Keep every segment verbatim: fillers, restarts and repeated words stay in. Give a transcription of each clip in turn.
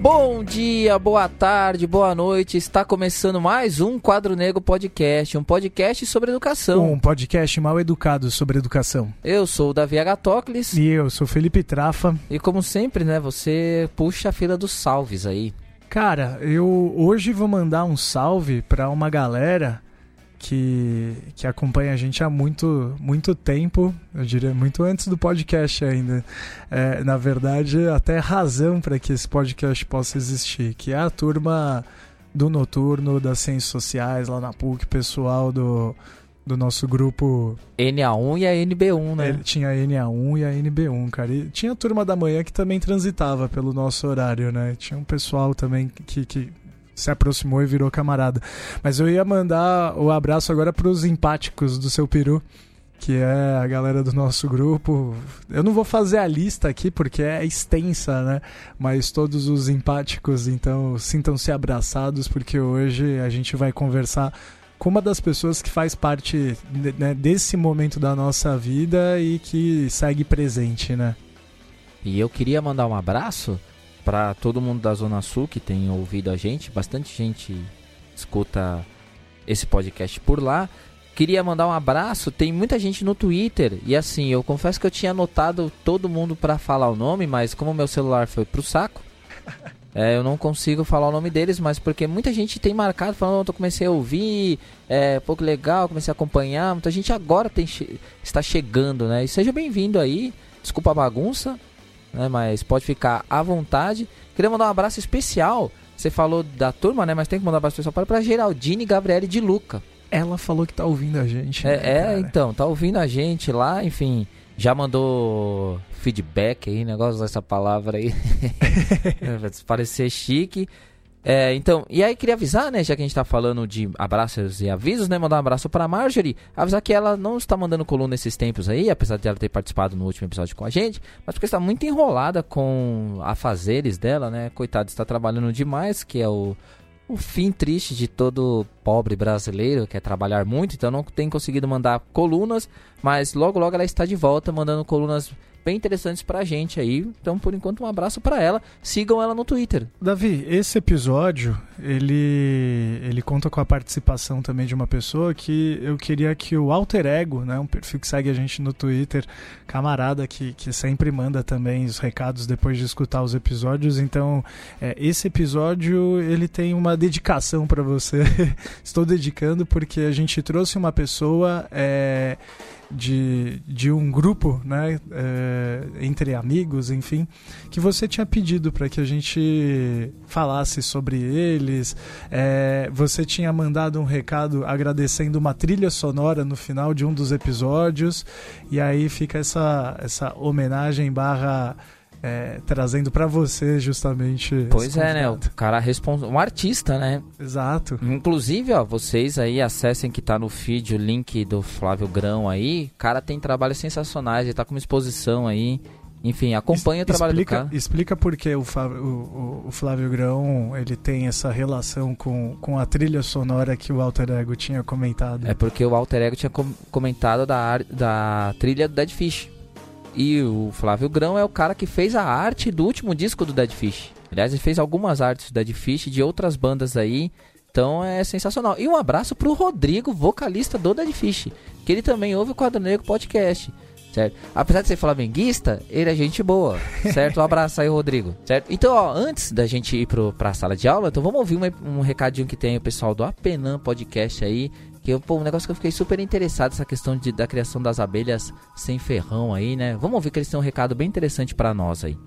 Bom dia, boa tarde, boa noite. Está começando mais um Quadro Negro Podcast, um podcast sobre educação. Um podcast mal educado sobre educação. Eu sou o Davi Agatóclis. E eu sou o Felipe Trafa. E como sempre, né, você puxa a fila dos salves aí. Cara, eu hoje vou mandar um salve para uma galera que, que acompanha a gente há muito, muito tempo, eu diria muito antes do podcast ainda. É, na verdade, até razão para que esse podcast possa existir, que é a turma do Noturno, das Ciências Sociais, lá na P U C, pessoal do, do nosso grupo... N A um e a N B um, né? Ele tinha a N A um e a N B um, cara. E tinha a turma da manhã que também transitava pelo nosso horário, né? Tinha um pessoal também que... que se aproximou e virou camarada. Mas eu ia mandar o abraço agora pros empáticos do Seu Peru, que é a galera do nosso grupo. Eu não vou fazer a lista aqui porque é extensa, né? Mas todos os empáticos, então, sintam-se abraçados, porque hoje a gente vai conversar com uma das pessoas que faz parte, né, desse momento da nossa vida e que segue presente, né? E eu queria mandar um abraço para todo mundo da Zona Sul que tem ouvido a gente. Bastante gente escuta esse podcast por lá. Queria mandar um abraço. Tem muita gente no Twitter. E assim, eu confesso que eu tinha anotado todo mundo para falar o nome, mas como meu celular foi pro saco, é, eu não consigo falar o nome deles, mas porque muita gente tem marcado, falando, eu comecei a ouvir, é pouco legal, comecei a acompanhar. Muita gente agora tem, está chegando, né? E seja bem-vindo aí. Desculpa a bagunça, né, mas pode ficar à vontade. Queria mandar um abraço especial. Você falou da turma, né? Mas tem que mandar um abraço especial para, para Geraldine Gabriele de Luca. Ela falou que tá ouvindo a gente. É, né, é então, tá ouvindo a gente lá, enfim. Já mandou feedback aí, negócio dessa palavra aí. Parecer chique. É, então, e aí queria avisar, né, já que a gente tá falando de abraços e avisos, né, mandar um abraço pra Marjorie, avisar que ela não está mandando coluna nesses tempos aí, apesar de ela ter participado no último episódio com a gente, mas porque está muito enrolada com afazeres dela, né, coitada, está trabalhando demais, que é o, o fim triste de todo pobre brasileiro, que é trabalhar muito, então não tem conseguido mandar colunas, mas logo logo ela está de volta, mandando colunas bem interessantes pra gente aí. Então, por enquanto, um abraço pra ela. Sigam ela no Twitter. Davi, esse episódio, ele, ele conta com a participação também de uma pessoa que eu queria que o Alter Ego, né, um perfil que segue a gente no Twitter, camarada que, que sempre manda também os recados depois de escutar os episódios. Então, é, esse episódio, ele tem uma dedicação pra você. Estou dedicando porque a gente trouxe uma pessoa... É, De, de um grupo, né, é, entre amigos, enfim, que você tinha pedido para que a gente falasse sobre eles. É, você tinha mandado um recado agradecendo uma trilha sonora no final de um dos episódios, e aí fica essa, essa homenagem barra... É, trazendo pra você justamente. Pois é, né? O cara responsável, um artista, né? Exato. Inclusive, ó, vocês aí acessem que tá no feed o link do Flávio Grão aí. O cara tem trabalhos sensacionais, ele tá com uma exposição aí. Enfim, acompanha es- o trabalho explica, do cara. Explica por que o, o, o Flávio Grão ele tem essa relação com, com a trilha sonora que o Alter Ego tinha comentado. É porque o Alter Ego tinha com- comentado da, ar- da trilha do Dead Fish. E o Flávio Grão é o cara que fez a arte do último disco do Dead Fish. Aliás, ele fez algumas artes do Dead Fish de outras bandas aí. Então é sensacional. E um abraço pro Rodrigo, vocalista do Dead Fish, que ele também ouve o Quadro Negro Podcast, certo? Apesar de ser flamenguista, ele é gente boa, certo? Um abraço aí, Rodrigo, certo? Então, ó, antes da gente ir pro, pra sala de aula, então vamos ouvir uma, um recadinho que tem o pessoal do Apenan Podcast aí. Que, pô, um negócio que eu fiquei super interessado, essa questão de, da criação das abelhas sem ferrão aí, né? Vamos ouvir que eles têm um recado bem interessante pra nós aí.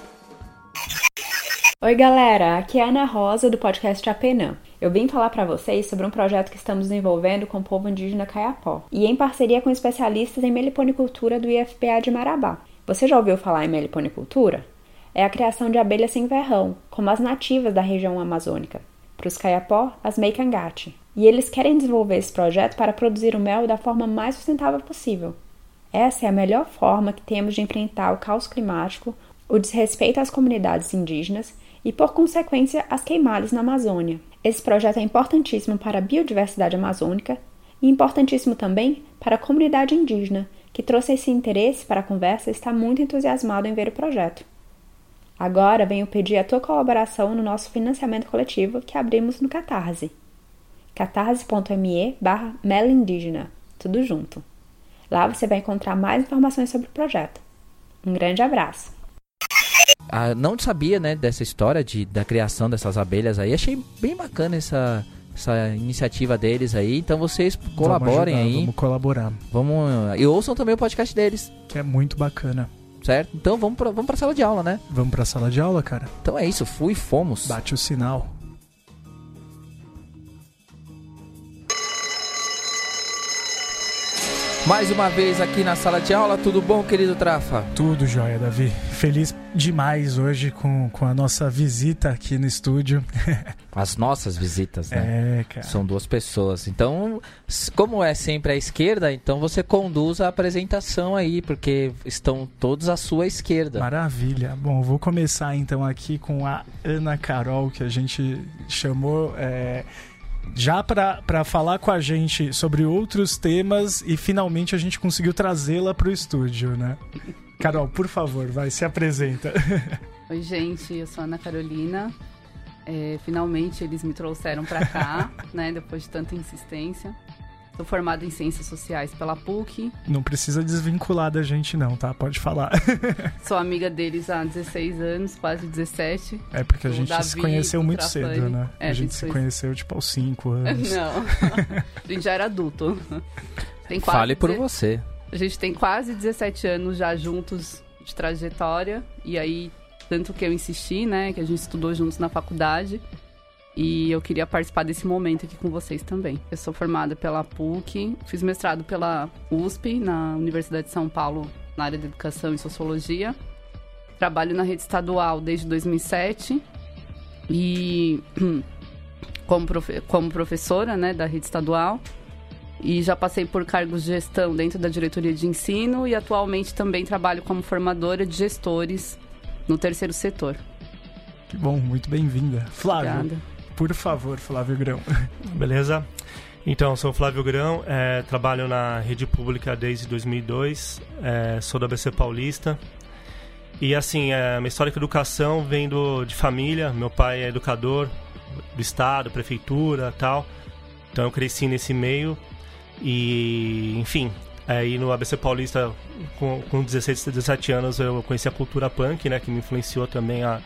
Oi galera, aqui é a Ana Rosa do podcast Apenan. Eu vim falar pra vocês sobre um projeto que estamos desenvolvendo com o povo indígena Kayapó e em parceria com especialistas em meliponicultura do I F P A de Marabá. Você já ouviu falar em meliponicultura? É a criação de abelhas sem ferrão, como as nativas da região amazônica. Para os Kayapó, as Meikangate. E eles querem desenvolver esse projeto para produzir o mel da forma mais sustentável possível. Essa é a melhor forma que temos de enfrentar o caos climático, o desrespeito às comunidades indígenas e, por consequência, as queimadas na Amazônia. Esse projeto é importantíssimo para a biodiversidade amazônica e importantíssimo também para a comunidade indígena, que trouxe esse interesse para a conversa e está muito entusiasmado em ver o projeto. Agora venho pedir a tua colaboração no nosso financiamento coletivo que abrimos no Catarse. catarse.me barra melindígena, tudo junto. Lá você vai encontrar mais informações sobre o projeto. Um grande abraço. Ah, não sabia, né, dessa história de, da criação dessas abelhas aí. Achei bem bacana essa, essa iniciativa deles aí. Então vocês colaborem vamos ajudar, aí. Vamos colaborar. Vamos, e ouçam também o podcast deles. Que é muito bacana. Certo? Então vamos pra, vamos pra sala de aula, né? Vamos pra sala de aula, cara? Então é isso, fui e fomos. Bate o sinal. Mais uma vez aqui na sala de aula, tudo bom, querido Trafa? Tudo jóia, Davi. Feliz demais hoje com, com a nossa visita aqui no estúdio. As nossas visitas, né? É, cara. São duas pessoas. Então, como é sempre à esquerda, então você conduz a apresentação aí, porque estão todos à sua esquerda. Maravilha. Bom, eu vou começar então aqui com a Ana Carol, que a gente chamou... É... já para falar com a gente sobre outros temas e finalmente a gente conseguiu trazê-la para o estúdio, né? Carol, por favor, vai, se apresenta. Oi, gente, eu sou a Ana Carolina. É, finalmente eles me trouxeram para cá, né, depois de tanta insistência. Sou formada em Ciências Sociais pela P U C. Não precisa desvincular da gente não, tá? Pode falar. Sou amiga deles há dezesseis anos, quase dezessete. É porque a gente Davi, se conheceu muito Trafani. cedo, né? É, a gente se foi... conheceu, tipo, aos cinco anos. Não, a gente já era adulto. Tem quase Fale por deze... você. A gente tem quase dezessete anos já juntos de trajetória. E aí, tanto que eu insisti, né? Que a gente estudou juntos na faculdade. E eu queria participar desse momento aqui com vocês também. Eu sou formada pela P U C, fiz mestrado pela U S P, na Universidade de São Paulo, na área de Educação e Sociologia. Trabalho na rede estadual desde dois mil e sete e como, profe- como professora, né, da rede estadual. E já passei por cargos de gestão dentro da diretoria de ensino e atualmente também trabalho como formadora de gestores no terceiro setor. Que bom, muito bem-vinda. Flávio. Obrigada. Por favor, Flávio Grão. Beleza? Então, sou o Flávio Grão, é, trabalho na rede pública desde dois mil e dois, é, sou da A B C Paulista. E assim, é, minha história com educação vem do, de família, meu pai é educador do estado, prefeitura e tal. Então eu cresci nesse meio e, enfim, aí no A B C Paulista, com, com dezesseis, dezessete anos, eu conheci a cultura punk, né, que me influenciou também a...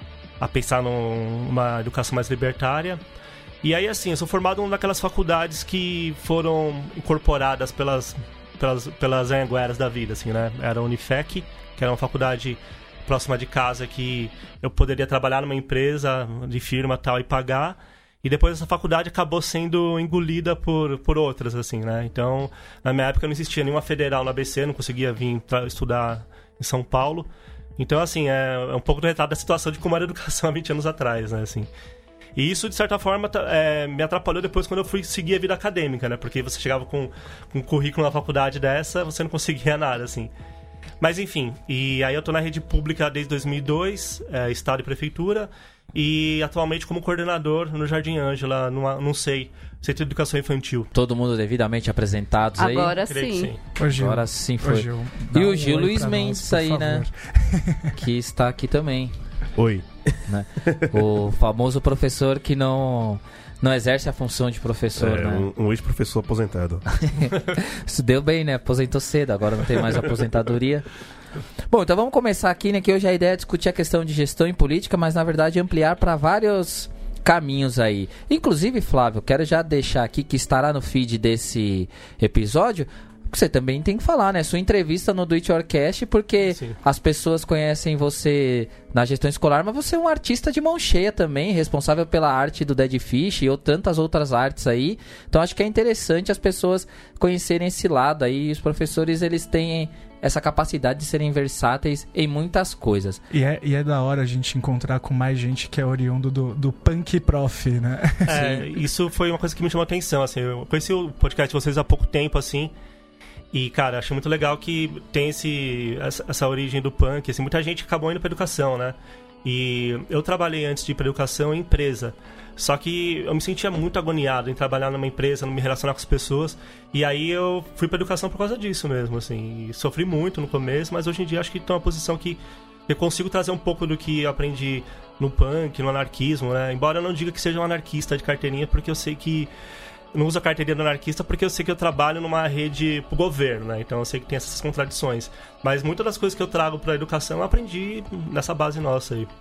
a pensar numa educação mais libertária. E aí, assim, eu sou formado em uma daquelas faculdades que foram incorporadas pelas, pelas, pelas anhangueras da vida, assim, né? Era a Unifec, que era uma faculdade próxima de casa que eu poderia trabalhar numa empresa de firma tal e pagar. E depois essa faculdade acabou sendo engolida por, por outras, assim, né? Então, na minha época não existia nenhuma federal na A B C, não conseguia vir pra estudar em São Paulo. Então, assim, é, é um pouco do retrato da situação de como era a educação há vinte anos atrás, né, assim. E isso, de certa forma, é, me atrapalhou depois quando eu fui seguir a vida acadêmica, né? Porque você chegava com, com um currículo na faculdade dessa, você não conseguia nada, assim. Mas, enfim, e aí eu tô na rede pública desde dois mil e dois, é, Estado e Prefeitura, e atualmente como coordenador no Jardim Ângela, numa, não sei, Centro de Educação Infantil. Todo mundo devidamente apresentados aí? Agora Creio que sim. sim. Ô, Gil. Agora sim foi. Ô, Gil, E dá o um Gil oi Luiz pra Mendes nós, por aí, né? favor. Que está aqui também. Oi. Né? O famoso professor que não, não exerce a função de professor, É, né? um, um ex-professor aposentado. Isso deu bem, né? Aposentou cedo, agora não tem mais aposentadoria. Bom, então vamos começar aqui, né? Que hoje a ideia é discutir a questão de gestão em política, mas na verdade ampliar para vários caminhos aí. Inclusive, Flávio, quero já deixar aqui que estará no feed desse episódio. Você também tem que falar, né? Sua entrevista no Do It Yourcast, porque Sim. as pessoas conhecem você na gestão escolar, mas você é um artista de mão cheia também, responsável pela arte do Dead Fish e ou tantas outras artes aí. Então acho que é interessante as pessoas conhecerem esse lado aí. Os professores, eles têm essa capacidade de serem versáteis em muitas coisas. E é, e é da hora a gente encontrar com mais gente que é oriundo do, do punk prof, né? É, isso foi uma coisa que me chamou a atenção, assim. Eu conheci o podcast de vocês há pouco tempo, assim. E, cara, achei muito legal que tem esse, essa, essa origem do punk. Assim, muita gente acabou indo pra educação, né? E eu trabalhei antes de ir pra educação em empresa. Só que eu me sentia muito agoniado em trabalhar numa empresa, não me relacionar com as pessoas. E aí eu fui pra educação por causa disso mesmo, assim. E sofri muito no começo, mas hoje em dia acho que tô numa posição que eu consigo trazer um pouco do que eu aprendi no punk, no anarquismo, né? Embora eu não diga que seja um anarquista de carteirinha, porque eu sei que... Eu não uso a carteirinha do anarquista porque eu sei que eu trabalho numa rede pro governo, né? Então eu sei que tem essas contradições. Mas muitas das coisas que eu trago pra educação eu aprendi nessa base nossa aí.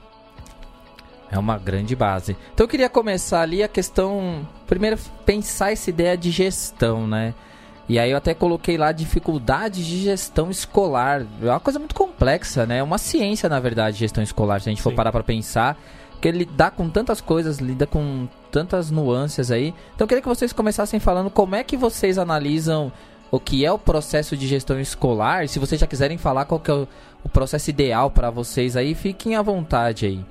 É uma grande base. Então eu queria começar ali a questão... Primeiro, pensar essa ideia de gestão, né? E aí eu até coloquei lá dificuldades de gestão escolar. É uma coisa muito complexa, né? É uma ciência, na verdade, gestão escolar, se a gente for Sim. parar pra pensar. Porque ele lida com tantas coisas, lida com tantas nuances aí. Então eu queria que vocês começassem falando como é que vocês analisam o que é o processo de gestão escolar. Se vocês já quiserem falar qual que é o, o processo ideal para vocês aí, fiquem à vontade aí.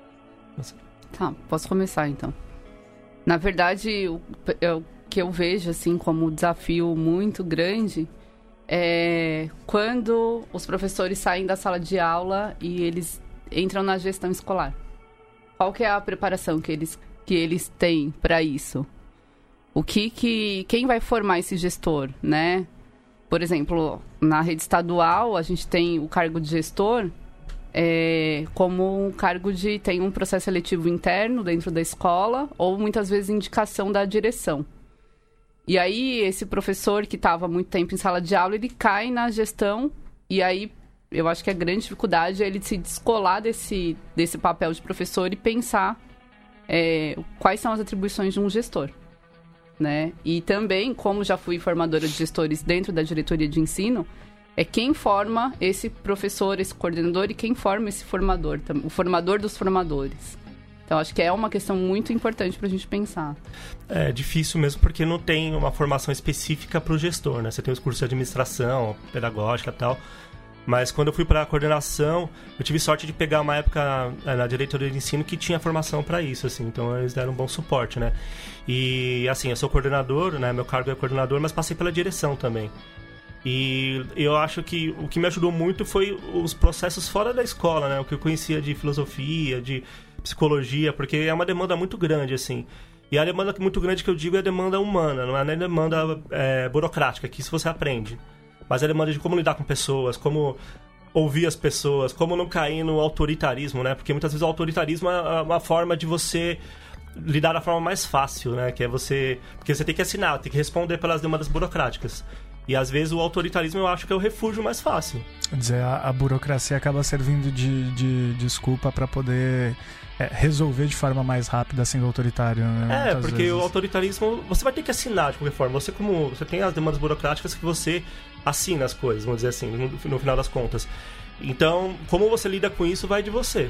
Tá, posso começar então. Na verdade, o, o que eu vejo assim como desafio muito grande é quando os professores saem da sala de aula e eles entram na gestão escolar. Qual que é a preparação que eles, que eles têm para isso? O que que... Quem vai formar esse gestor, né? Por exemplo, na rede estadual, a gente tem o cargo de gestor é, como um cargo de... Tem um processo seletivo interno dentro da escola ou, muitas vezes, indicação da direção. E aí, esse professor que estava muito tempo em sala de aula, ele cai na gestão e aí... Eu acho que a grande dificuldade é ele se descolar desse, desse papel de professor e pensar é, quais são as atribuições de um gestor, né? E também, como já fui formadora de gestores dentro da diretoria de ensino, é quem forma esse professor, esse coordenador e quem forma esse formador, o formador dos formadores. Então, acho que é uma questão muito importante para a gente pensar. É difícil mesmo porque não tem uma formação específica para o gestor, né? Você tem os cursos de administração, pedagógica e tal... Mas quando eu fui para a coordenação, eu tive sorte de pegar uma época na diretoria de ensino que tinha formação para isso, assim. Então eles deram um bom suporte, né? E assim, eu sou coordenador, né? Meu cargo é coordenador, mas passei pela direção também. E eu acho que o que me ajudou muito foi os processos fora da escola, né? O que eu conhecia de filosofia, de psicologia, porque é uma demanda muito grande, assim. E a demanda muito grande que eu digo é a demanda humana, não é nem a demanda é, burocrática, que isso você aprende. Mas a demanda de como lidar com pessoas, como ouvir as pessoas, como não cair no autoritarismo, né? Porque muitas vezes o autoritarismo é uma forma de você lidar da forma mais fácil, né? Que é você... Porque você tem que assinar, tem que responder pelas demandas burocráticas. E às vezes o autoritarismo eu acho que é o refúgio mais fácil. Quer dizer, a, a burocracia acaba servindo de, de desculpa para poder... É, resolver de forma mais rápida sendo autoritário, né? É, porque vezes. O autoritarismo, você vai ter que assinar de qualquer forma. Você como você tem as demandas burocráticas que você assina as coisas, vamos dizer assim, no, no final das contas. Então, como você lida com isso vai de você.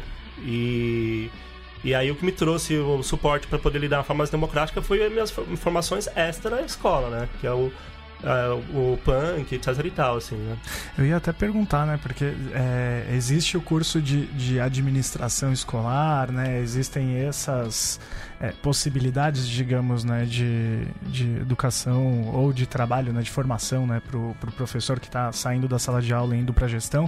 E, e aí o que me trouxe o suporte para poder lidar de forma mais democrática foi as minhas formações extra da escola, né? Que é o Uh, o punk, etc e tal, assim, né? Eu ia até perguntar, né? Porque é, existe o curso de, de administração escolar, né? Existem essas é, possibilidades, digamos, né? De, de educação ou de trabalho, né? De formação, né? Pro, pro professor que está saindo da sala de aula e indo para a gestão.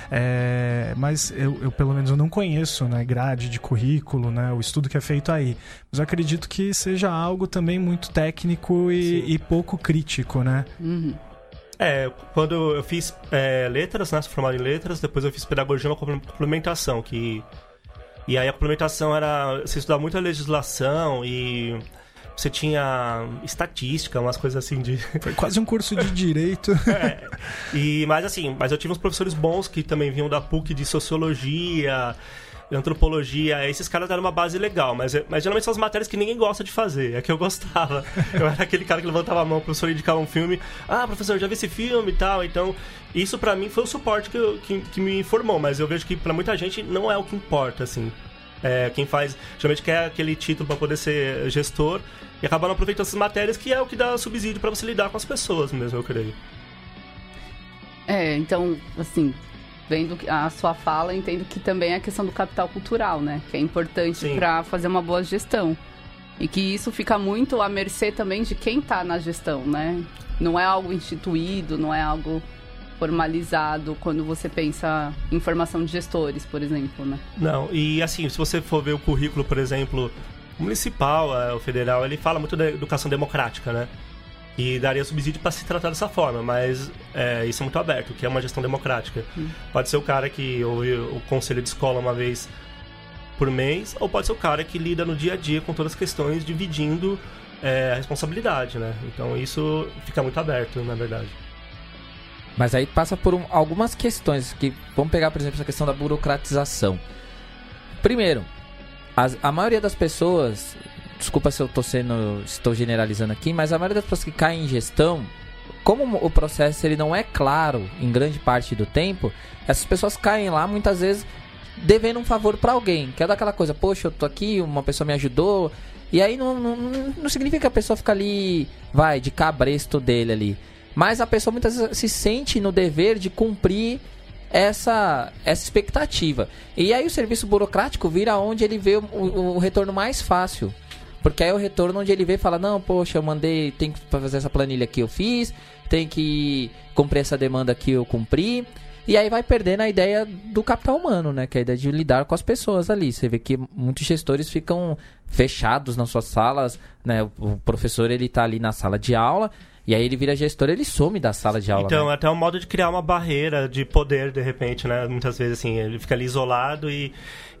É, mas eu, eu, pelo menos, eu não conheço, né? Grade de currículo, né? O estudo que é feito aí. Mas eu acredito que seja algo também muito técnico e, e pouco crítico, né? Uhum. É, quando eu fiz é, letras, né, sou formado em letras, depois eu fiz pedagogia e uma complementação, que... E aí a complementação era, você estudava muita legislação e você tinha estatística, umas coisas assim de... Foi quase um curso de direito. É, e, mas assim, mas eu tive uns professores bons que também vinham da P U C de sociologia... antropologia, esses caras deram uma base legal, mas, mas geralmente são as matérias que ninguém gosta de fazer, é que eu gostava. Eu era aquele cara que levantava a mão, o professor indicava um filme, ah, professor, já vi esse filme e tal, então isso pra mim foi o suporte que, eu, que, que me informou, mas eu vejo que pra muita gente não é o que importa, assim. É, quem faz, geralmente quer aquele título pra poder ser gestor e acaba não aproveitando essas matérias, que é o que dá subsídio pra você lidar com as pessoas mesmo, eu creio. É, então, assim... Vendo a sua fala, entendo que também é a questão do capital cultural, né? Que é importante para fazer uma boa gestão. E que isso fica muito à mercê também de quem está na gestão, né? Não é algo instituído, não é algo formalizado quando você pensa em formação de gestores, por exemplo, né? Não, e assim, se você for ver o currículo, por exemplo, o municipal, o federal, ele fala muito da educação democrática, né? E daria subsídio para se tratar dessa forma, mas é, isso é muito aberto, que é uma gestão democrática. Hum. Pode ser o cara que ouve o conselho de escola uma vez por mês, ou pode ser o cara que lida no dia a dia com todas as questões, dividindo é, a responsabilidade, né? Então isso fica muito aberto, na verdade. Mas aí passa por um, algumas questões, que vamos pegar, por exemplo, essa questão da burocratização. Primeiro, as, a maioria das pessoas... Desculpa se eu tô sendo, estou generalizando aqui, mas a maioria das pessoas que caem em gestão, como o processo ele não é claro em grande parte do tempo, essas pessoas caem lá muitas vezes devendo um favor pra alguém, que é daquela coisa, poxa, eu tô aqui, uma pessoa me ajudou, e aí não, não, não significa que a pessoa fica ali, vai, de cabresto dele ali, mas a pessoa muitas vezes se sente no dever de cumprir essa, essa expectativa, e aí o serviço burocrático vira onde ele vê o, o, o retorno mais fácil. Porque aí é o retorno onde ele vê e fala, não, poxa, eu mandei, tem que fazer essa planilha aqui, eu fiz, tem que cumprir essa demanda aqui, eu cumpri. E aí vai perdendo a ideia do capital humano, né? Que é a ideia de lidar com as pessoas ali. Você vê que muitos gestores ficam fechados nas suas salas, né? O professor, ele tá ali na sala de aula, e aí ele vira gestor, ele some da sala de aula. Então, né? até um modo de criar uma barreira de poder, de repente, né? Muitas vezes, assim, ele fica ali isolado e...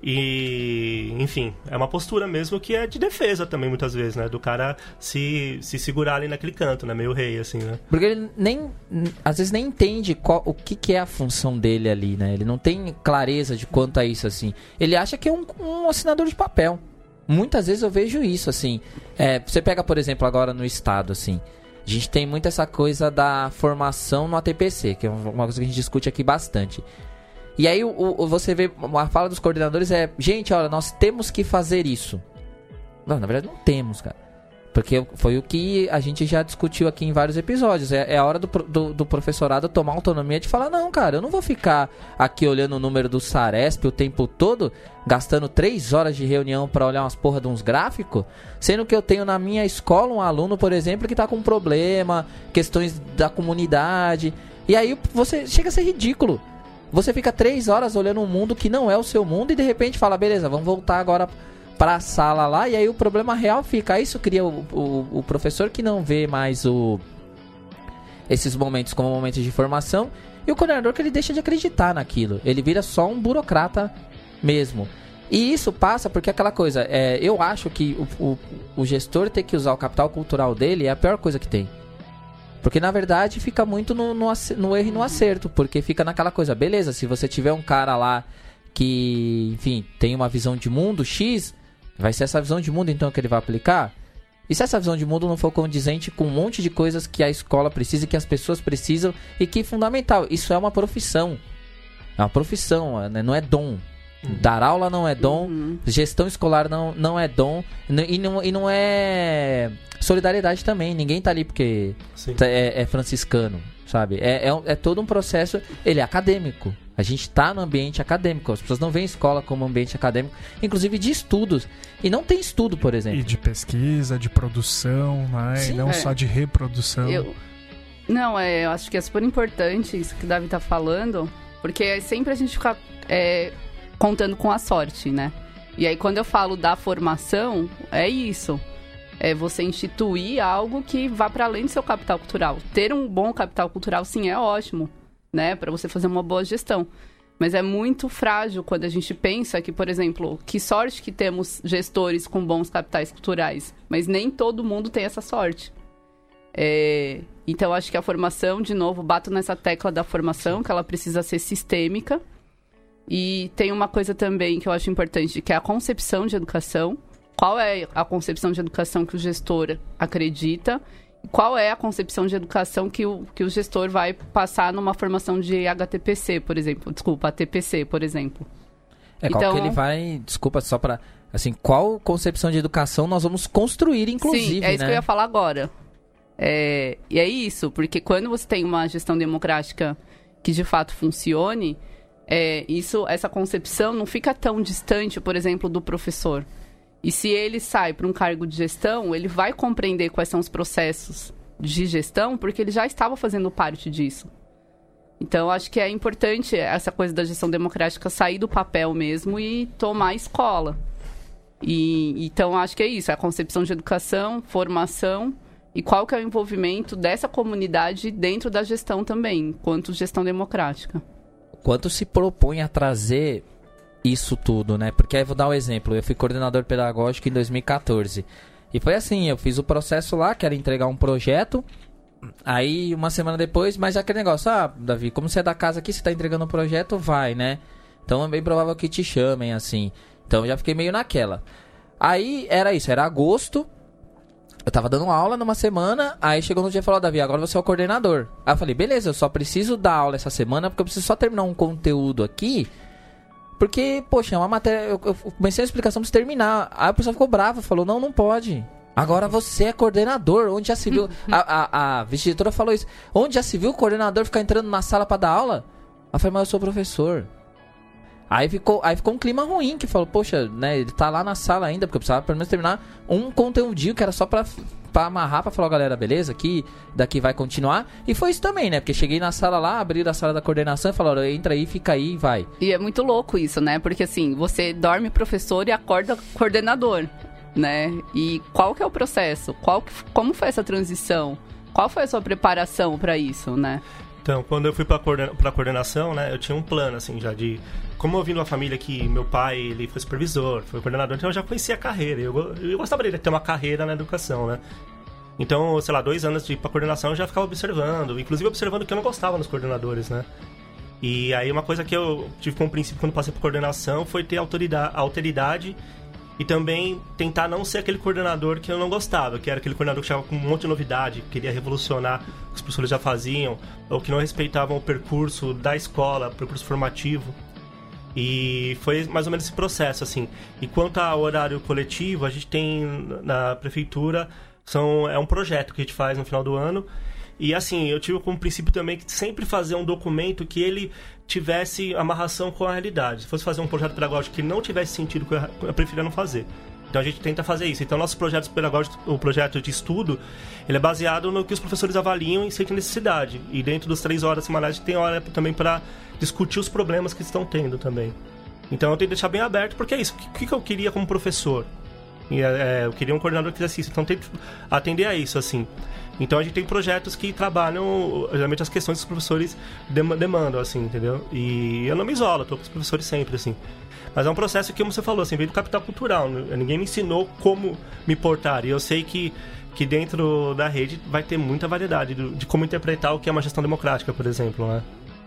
E, enfim, é uma postura mesmo que é de defesa também, muitas vezes, né? Do cara se, se segurar ali naquele canto, né? Meio rei, assim, né? Porque ele nem, às vezes nem entende qual, o que, que é a função dele ali, né? Ele não tem clareza de quanto a isso, assim. Ele acha que é um, um assinador de papel. Muitas vezes eu vejo isso, assim. É, você pega, por exemplo, agora no Estado, assim. A gente tem muito essa coisa da formação no A T P C, que é uma coisa que a gente discute aqui bastante. E aí o, o, você vê, a fala dos coordenadores é, gente, olha, nós temos que fazer isso. Não, na verdade não temos, cara. Porque foi o que a gente já discutiu aqui em vários episódios. É, é a hora do, do, do professorado tomar autonomia de falar, não, cara, eu não vou ficar aqui olhando o número do Saresp o tempo todo, gastando três horas de reunião para olhar umas porra de uns gráficos, sendo que eu tenho na minha escola um aluno, por exemplo, que tá com problema, questões da comunidade. E aí você chega a ser ridículo. Você fica três horas olhando um mundo que não é o seu mundo e de repente fala, beleza, vamos voltar agora pra sala lá, e aí o problema real fica. Aí isso cria o, o, o professor que não vê mais o, esses momentos como momentos de formação, e o coordenador que ele deixa de acreditar naquilo. Ele vira só um burocrata mesmo. E isso passa porque aquela coisa, é, eu acho que o, o, o gestor ter que usar o capital cultural dele é a pior coisa que tem. Porque, na verdade, fica muito no, no, no erro e no acerto. Porque fica naquela coisa, beleza, se você tiver um cara lá que, enfim, tem uma visão de mundo X, vai ser essa visão de mundo, então, que ele vai aplicar? E se essa visão de mundo não for condizente com um monte de coisas que a escola precisa e que as pessoas precisam e que é fundamental? Isso é uma profissão. É uma profissão, né? Não é dom. Uhum. Dar aula não é dom, uhum. Gestão escolar não, não é dom, e não, e não é solidariedade também. Ninguém tá ali porque é, é franciscano, sabe? É, é, é todo um processo, ele é acadêmico. A gente tá no ambiente acadêmico. As pessoas não veem escola como ambiente acadêmico, inclusive de estudos. E não tem estudo, por exemplo. E de pesquisa, de produção, né? Sim, e não é. só de reprodução. Eu... Não, é, eu acho que é super importante isso que o Davi tá falando, porque sempre a gente fica... É... contando com a sorte, né? E aí, quando eu falo da formação, é isso. É você instituir algo que vá para além do seu capital cultural. Ter um bom capital cultural, sim, é ótimo, né? Para você fazer uma boa gestão. Mas é muito frágil quando a gente pensa que, por exemplo, que sorte que temos gestores com bons capitais culturais. Mas nem todo mundo tem essa sorte. É... Então, acho que a formação, de novo, bato nessa tecla da formação, que ela precisa ser sistêmica. E tem uma coisa também que eu acho importante, que é a concepção de educação. Qual é a concepção de educação que o gestor acredita? E qual é a concepção de educação que o, que o gestor vai passar numa formação de H T P C, por exemplo? Desculpa, A T P C, por exemplo. É, qual então, que ele vai... Desculpa, só para... Assim, qual concepção de educação nós vamos construir, inclusive, sim, é isso, né? que eu ia falar agora. É, e é isso, porque quando você tem uma gestão democrática que de fato funcione... É, isso, essa concepção não fica tão distante, por exemplo, do professor. E se ele sai para um cargo de gestão, ele vai compreender quais são os processos de gestão, porque ele já estava fazendo parte disso. Então, acho que é importante essa coisa da gestão democrática sair do papel mesmo e tomar a escola. E, então, acho que é isso, é a concepção de educação, formação E qual que é o envolvimento dessa comunidade dentro da gestão também, enquanto gestão democrática? Quanto se propõe a trazer isso tudo, né? Porque aí vou dar um exemplo. Eu fui coordenador pedagógico em dois mil e quatorze. E foi assim, eu fiz o processo lá, que era entregar um projeto. Aí, uma semana depois, mas aquele negócio, ah, Davi, como você é da casa aqui, você tá entregando um projeto, vai, né? Então é bem provável que te chamem, assim. Então eu já fiquei meio naquela. Aí, era isso, era agosto. Eu tava dando aula numa semana, aí chegou no dia e falou, Davi, agora você é o coordenador. Aí eu falei, beleza, eu só preciso dar aula essa semana, porque eu preciso só terminar um conteúdo aqui. Porque, poxa, é uma matéria, eu, eu comecei a explicação pra terminar. Aí o pessoal ficou bravo, falou, não, não pode. Agora você é coordenador, onde já se viu... a, a, a vice-diretora falou isso. Onde já se viu o coordenador ficar entrando na sala pra dar aula? Aí eu falei, mas eu sou professor. Aí ficou, aí ficou um clima ruim, que falou, poxa, né, ele tá lá na sala ainda, porque eu precisava pelo menos terminar um conteúdinho que era só pra, pra amarrar, pra falar, galera, beleza, aqui, daqui vai continuar. E foi isso também, né, porque cheguei na sala lá, abri a sala da coordenação e falaram, entra aí, fica aí e vai. E é muito louco isso, né, porque assim, você dorme professor e acorda coordenador, né, e qual que é o processo? Qual que, como foi essa transição? Qual foi a sua preparação pra isso, né? Então, quando eu fui pra, coorden- pra coordenação, né, eu tinha um plano, assim, já de... Como eu vim de uma família que meu pai, ele foi supervisor, foi coordenador, então eu já conhecia a carreira. Eu, eu gostava de ter uma carreira na educação, né? Então, sei lá, dois anos de ir pra coordenação eu já ficava observando, inclusive observando o que eu não gostava nos coordenadores, né? E aí uma coisa que eu tive como princípio quando passei pra coordenação foi ter autoridade, alteridade e também tentar não ser aquele coordenador que eu não gostava, que era aquele coordenador que chegava com um monte de novidade, que queria revolucionar o que os professores já faziam, ou que não respeitavam o percurso da escola, o percurso formativo. E foi mais ou menos esse processo, assim. E quanto ao horário coletivo, a gente tem na prefeitura, são, é um projeto que a gente faz no final do ano. E assim, eu tive como princípio também que sempre fazer um documento que ele tivesse amarração com a realidade. Se fosse fazer um projeto pedagógico que não tivesse sentido, eu preferia não fazer. Então a gente tenta fazer isso. Então nossos projetos pedagógicos, o projeto de estudo, ele é baseado no que os professores avaliam e sentem necessidade. E dentro das três horas semanais a gente tem hora também para discutir os problemas que estão tendo também. Então eu tenho que deixar bem aberto, porque é isso. O que, que eu queria como professor? E, é, eu queria um coordenador que fizesse isso. Então eu tento atender a isso, assim. Então a gente tem projetos que trabalham geralmente as questões que os professores demandam, assim, entendeu? E eu não me isolo, eu tô com os professores sempre, assim. Mas é um processo que, como você falou, assim, veio do capital cultural. Ninguém me ensinou como me portar. E eu sei que, que dentro da rede vai ter muita variedade de, de como interpretar o que é uma gestão democrática, por exemplo, né?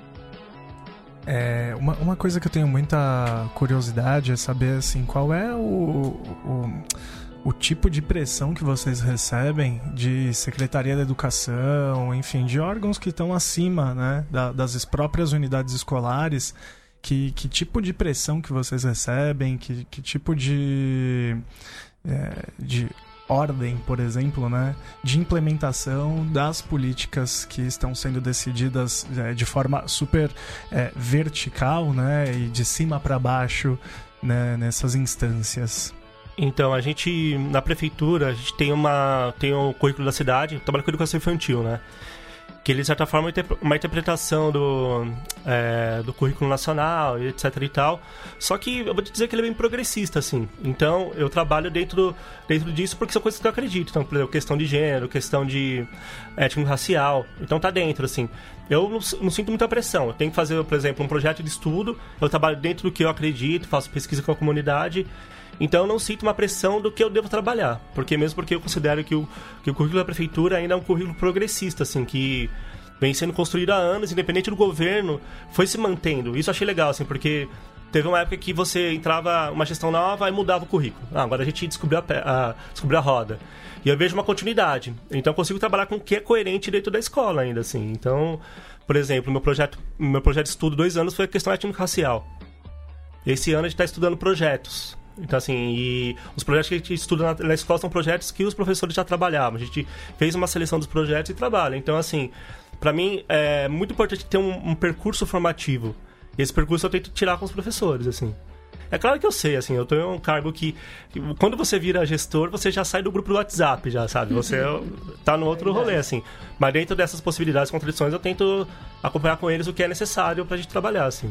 É, uma, uma coisa que eu tenho muita curiosidade é saber, assim, qual é o, o, o tipo de pressão que vocês recebem de Secretaria da Educação, enfim, de órgãos que estão acima, né, da, das próprias unidades escolares. Que, que tipo de pressão que vocês recebem, que, que tipo de, é, de ordem, por exemplo, né, de implementação das políticas que estão sendo decididas é, de forma super é, vertical, né, e de cima para baixo, né, nessas instâncias. Então, a gente, na prefeitura, a gente tem, uma, tem o currículo da cidade, trabalha com educação infantil, né? Que ele, de certa forma, é uma interpretação do, é, do currículo nacional, etc e tal. Só que eu vou te dizer que ele é bem progressista, assim. Então, eu trabalho dentro, dentro disso porque são coisas que eu acredito. Então, por exemplo, questão de gênero, questão de étnico-racial. Então, tá dentro, assim. Eu não, não sinto muita pressão. Eu tenho que fazer, por exemplo, um projeto de estudo. Eu trabalho dentro do que eu acredito, faço pesquisa com a comunidade. Então eu não sinto uma pressão do que eu devo trabalhar, porque mesmo porque eu considero que o, que o currículo da prefeitura ainda é um currículo progressista, assim, que vem sendo construído há anos, independente do governo, foi se mantendo. Isso eu achei legal, assim, porque teve uma época que você entrava uma gestão nova e mudava o currículo. Ah, agora a gente descobriu a, a, descobriu a roda. E eu vejo uma continuidade. Então eu consigo trabalhar com o que é coerente dentro da escola ainda, assim. Então, por exemplo, meu projeto, meu projeto de estudo dois anos foi a questão étnico-racial. Esse ano a gente está estudando projetos. Então, assim, e os projetos que a gente estuda na, na escola são projetos que os professores já trabalhavam. A gente fez uma seleção dos projetos e trabalha. Então, assim, pra mim é muito importante ter um, um percurso formativo. E esse percurso eu tento tirar com os professores, assim. É claro que eu sei, assim, eu tô em um cargo que... Quando você vira gestor, você já sai do grupo do WhatsApp, já, sabe? Você tá no outro rolê, assim. Mas dentro dessas possibilidades, contradições, eu tento acompanhar com eles o que é necessário pra gente trabalhar, assim.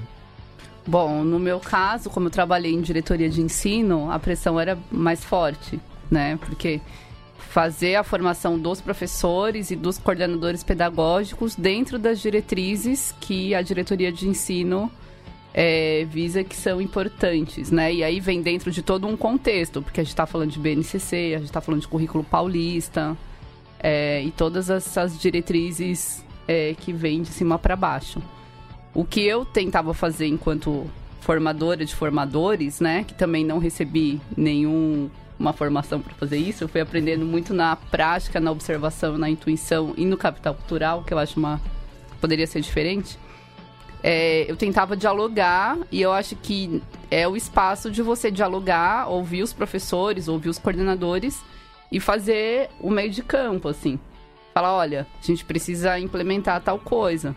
Bom, no meu caso, como eu trabalhei em diretoria de ensino, a pressão era mais forte, né? Porque fazer a formação dos professores e dos coordenadores pedagógicos dentro das diretrizes que a diretoria de ensino é, visa que são importantes, né? E aí vem dentro de todo um contexto, porque a gente está falando de B N C C, a gente está falando de currículo paulista, é, e todas essas diretrizes é, que vêm de cima para baixo. O que eu tentava fazer enquanto formadora de formadores, né? Que também não recebi nenhum... uma formação para fazer isso, eu fui aprendendo muito na prática, na observação, na intuição e no capital cultural, que eu acho uma poderia ser diferente. É, eu tentava dialogar e eu acho que é o espaço de você dialogar, ouvir os professores, ouvir os coordenadores e fazer o meio de campo, assim. Falar, olha, a gente precisa implementar tal coisa.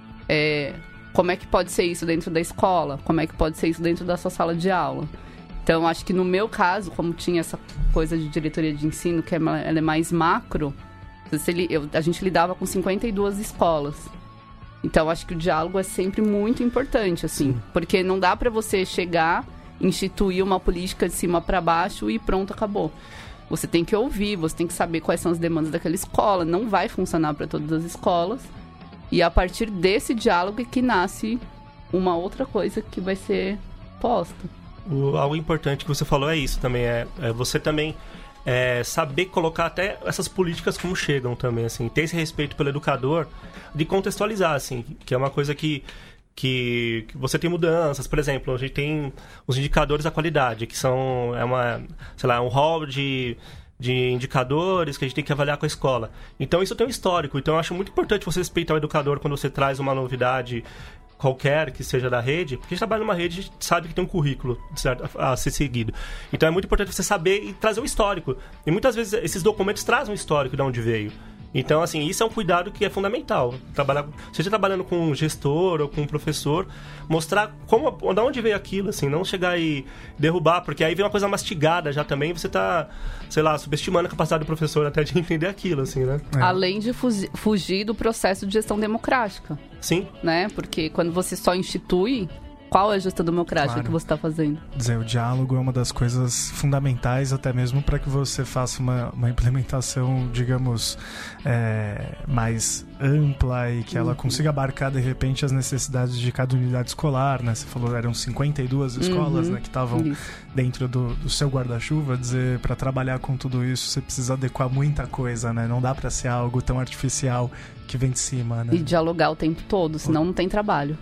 É, como é que pode ser isso dentro da escola? Como é que pode ser isso dentro da sua sala de aula? Então, acho que no meu caso, como tinha essa coisa de diretoria de ensino, que é, ela é mais macro, eu, a gente lidava com cinquenta e duas escolas. Então, acho que o diálogo é sempre muito importante, assim. Sim. Porque não dá para você chegar, instituir uma política de cima para baixo e pronto, acabou. Você tem que ouvir, você tem que saber quais são as demandas daquela escola. Não vai funcionar para todas as escolas. E a partir desse diálogo é que nasce uma outra coisa que vai ser posta. O, algo importante que você falou é isso também, é, é você também é, saber colocar até essas políticas como chegam também, assim, ter esse respeito pelo educador, de contextualizar, assim, que é uma coisa que, que, que você tem mudanças, por exemplo, a gente tem os indicadores da qualidade, que são, é uma, sei lá, um hall de... de indicadores que a gente tem que avaliar com a escola. Então isso tem um histórico, então eu acho muito importante você respeitar o educador quando você traz uma novidade qualquer que seja da rede, porque a gente trabalha numa rede, a gente sabe que tem um currículo certo, a ser seguido. Então é muito importante você saber e trazer o histórico. E muitas vezes esses documentos trazem um histórico de onde veio. Então, assim, isso é um cuidado que é fundamental. Trabalhar, seja trabalhando com um gestor ou com um professor, mostrar como, de onde veio aquilo, assim, não chegar e derrubar, porque aí vem uma coisa mastigada já também, você tá, sei lá, subestimando a capacidade do professor até de entender aquilo, assim, né? É. Além de fugi- fugir do processo de gestão democrática. Sim. Né? Porque quando você só institui, qual é a gestão democrática claro. que você está fazendo? Dizer, o diálogo é uma das coisas fundamentais, até mesmo para que você faça uma, uma implementação, digamos, é, mais ampla e que ela uhum. consiga abarcar, de repente, as necessidades de cada unidade escolar, né? Você falou, eram cinquenta e duas escolas, uhum. né, que estavam dentro do, do seu guarda-chuva. Dizer, para trabalhar com tudo isso, você precisa adequar muita coisa, né? Não dá para ser algo tão artificial que vem de cima, né? E dialogar o tempo todo, senão não tem trabalho.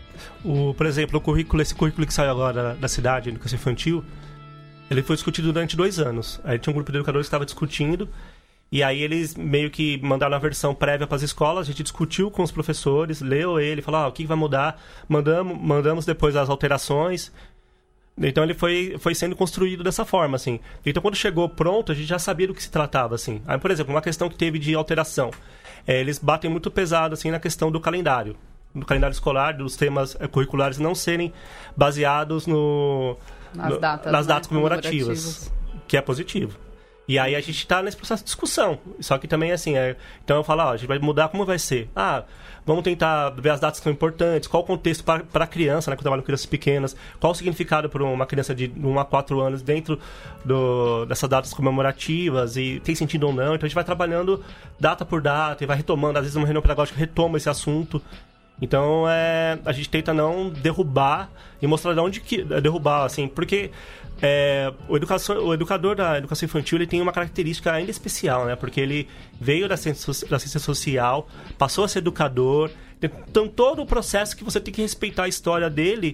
O, por exemplo, o currículo, esse currículo que saiu agora da cidade, educação infantil, ele foi discutido durante dois anos. Aí tinha um grupo de educadores que estava discutindo, e aí eles meio que mandaram a versão prévia para as escolas, a gente discutiu com os professores, leu ele, falou, ah, o que vai mudar, mandamos, mandamos depois as alterações. Então ele foi, foi sendo construído dessa forma, assim. Então quando chegou pronto, a gente já sabia do que se tratava, assim. Aí, por exemplo, uma questão que teve de alteração, é, eles batem muito pesado, assim, na questão do calendário. No calendário escolar, dos temas curriculares não serem baseados no, nas no, datas, nas né? datas comemorativas, comemorativas, que é positivo. E aí a gente está nesse processo de discussão. Só que também, assim, é, então eu falo, ó, a gente vai mudar como vai ser. Ah, vamos tentar ver as datas que são importantes, qual o contexto para a criança, né, que eu trabalho com crianças pequenas, qual o significado para uma criança de um a quatro anos dentro do, dessas datas comemorativas, e tem sentido ou não. Então a gente vai trabalhando data por data e vai retomando, às vezes uma reunião pedagógica retoma esse assunto. Então, é, a gente tenta não derrubar e mostrar de onde que derrubar, assim, porque é, o, educação, o educador da educação infantil, ele tem uma característica ainda especial, né? Porque ele veio da ciência, da ciência social, passou a ser educador, então todo o processo que você tem que respeitar a história dele.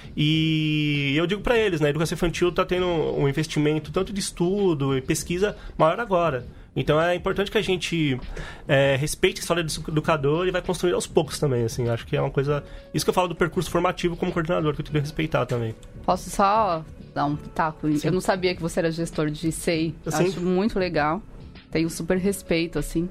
E eu digo para eles, né? A educação infantil está tendo um investimento tanto de estudo e pesquisa maior agora. Então é importante que a gente é, respeite a história do educador e vai construir aos poucos também, assim. Acho que é uma coisa... Isso que eu falo do percurso formativo como coordenador, que eu tenho que respeitar também. Posso só dar um pitaco? Sim. Eu não sabia que você era gestor de C E I. Assim? Acho muito legal. Tenho super respeito, assim.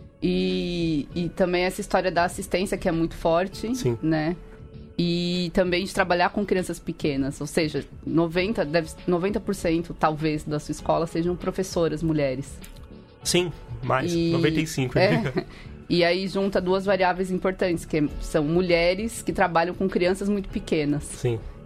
E, e também essa história da assistência, que é muito forte. Sim. Né? E também de trabalhar com crianças pequenas. Ou seja, noventa, deve, noventa por cento talvez da sua escola sejam professoras mulheres. Sim, mais, e, noventa e cinco por cento. É, e aí junta duas variáveis importantes, que são mulheres que trabalham com crianças muito pequenas. Sim.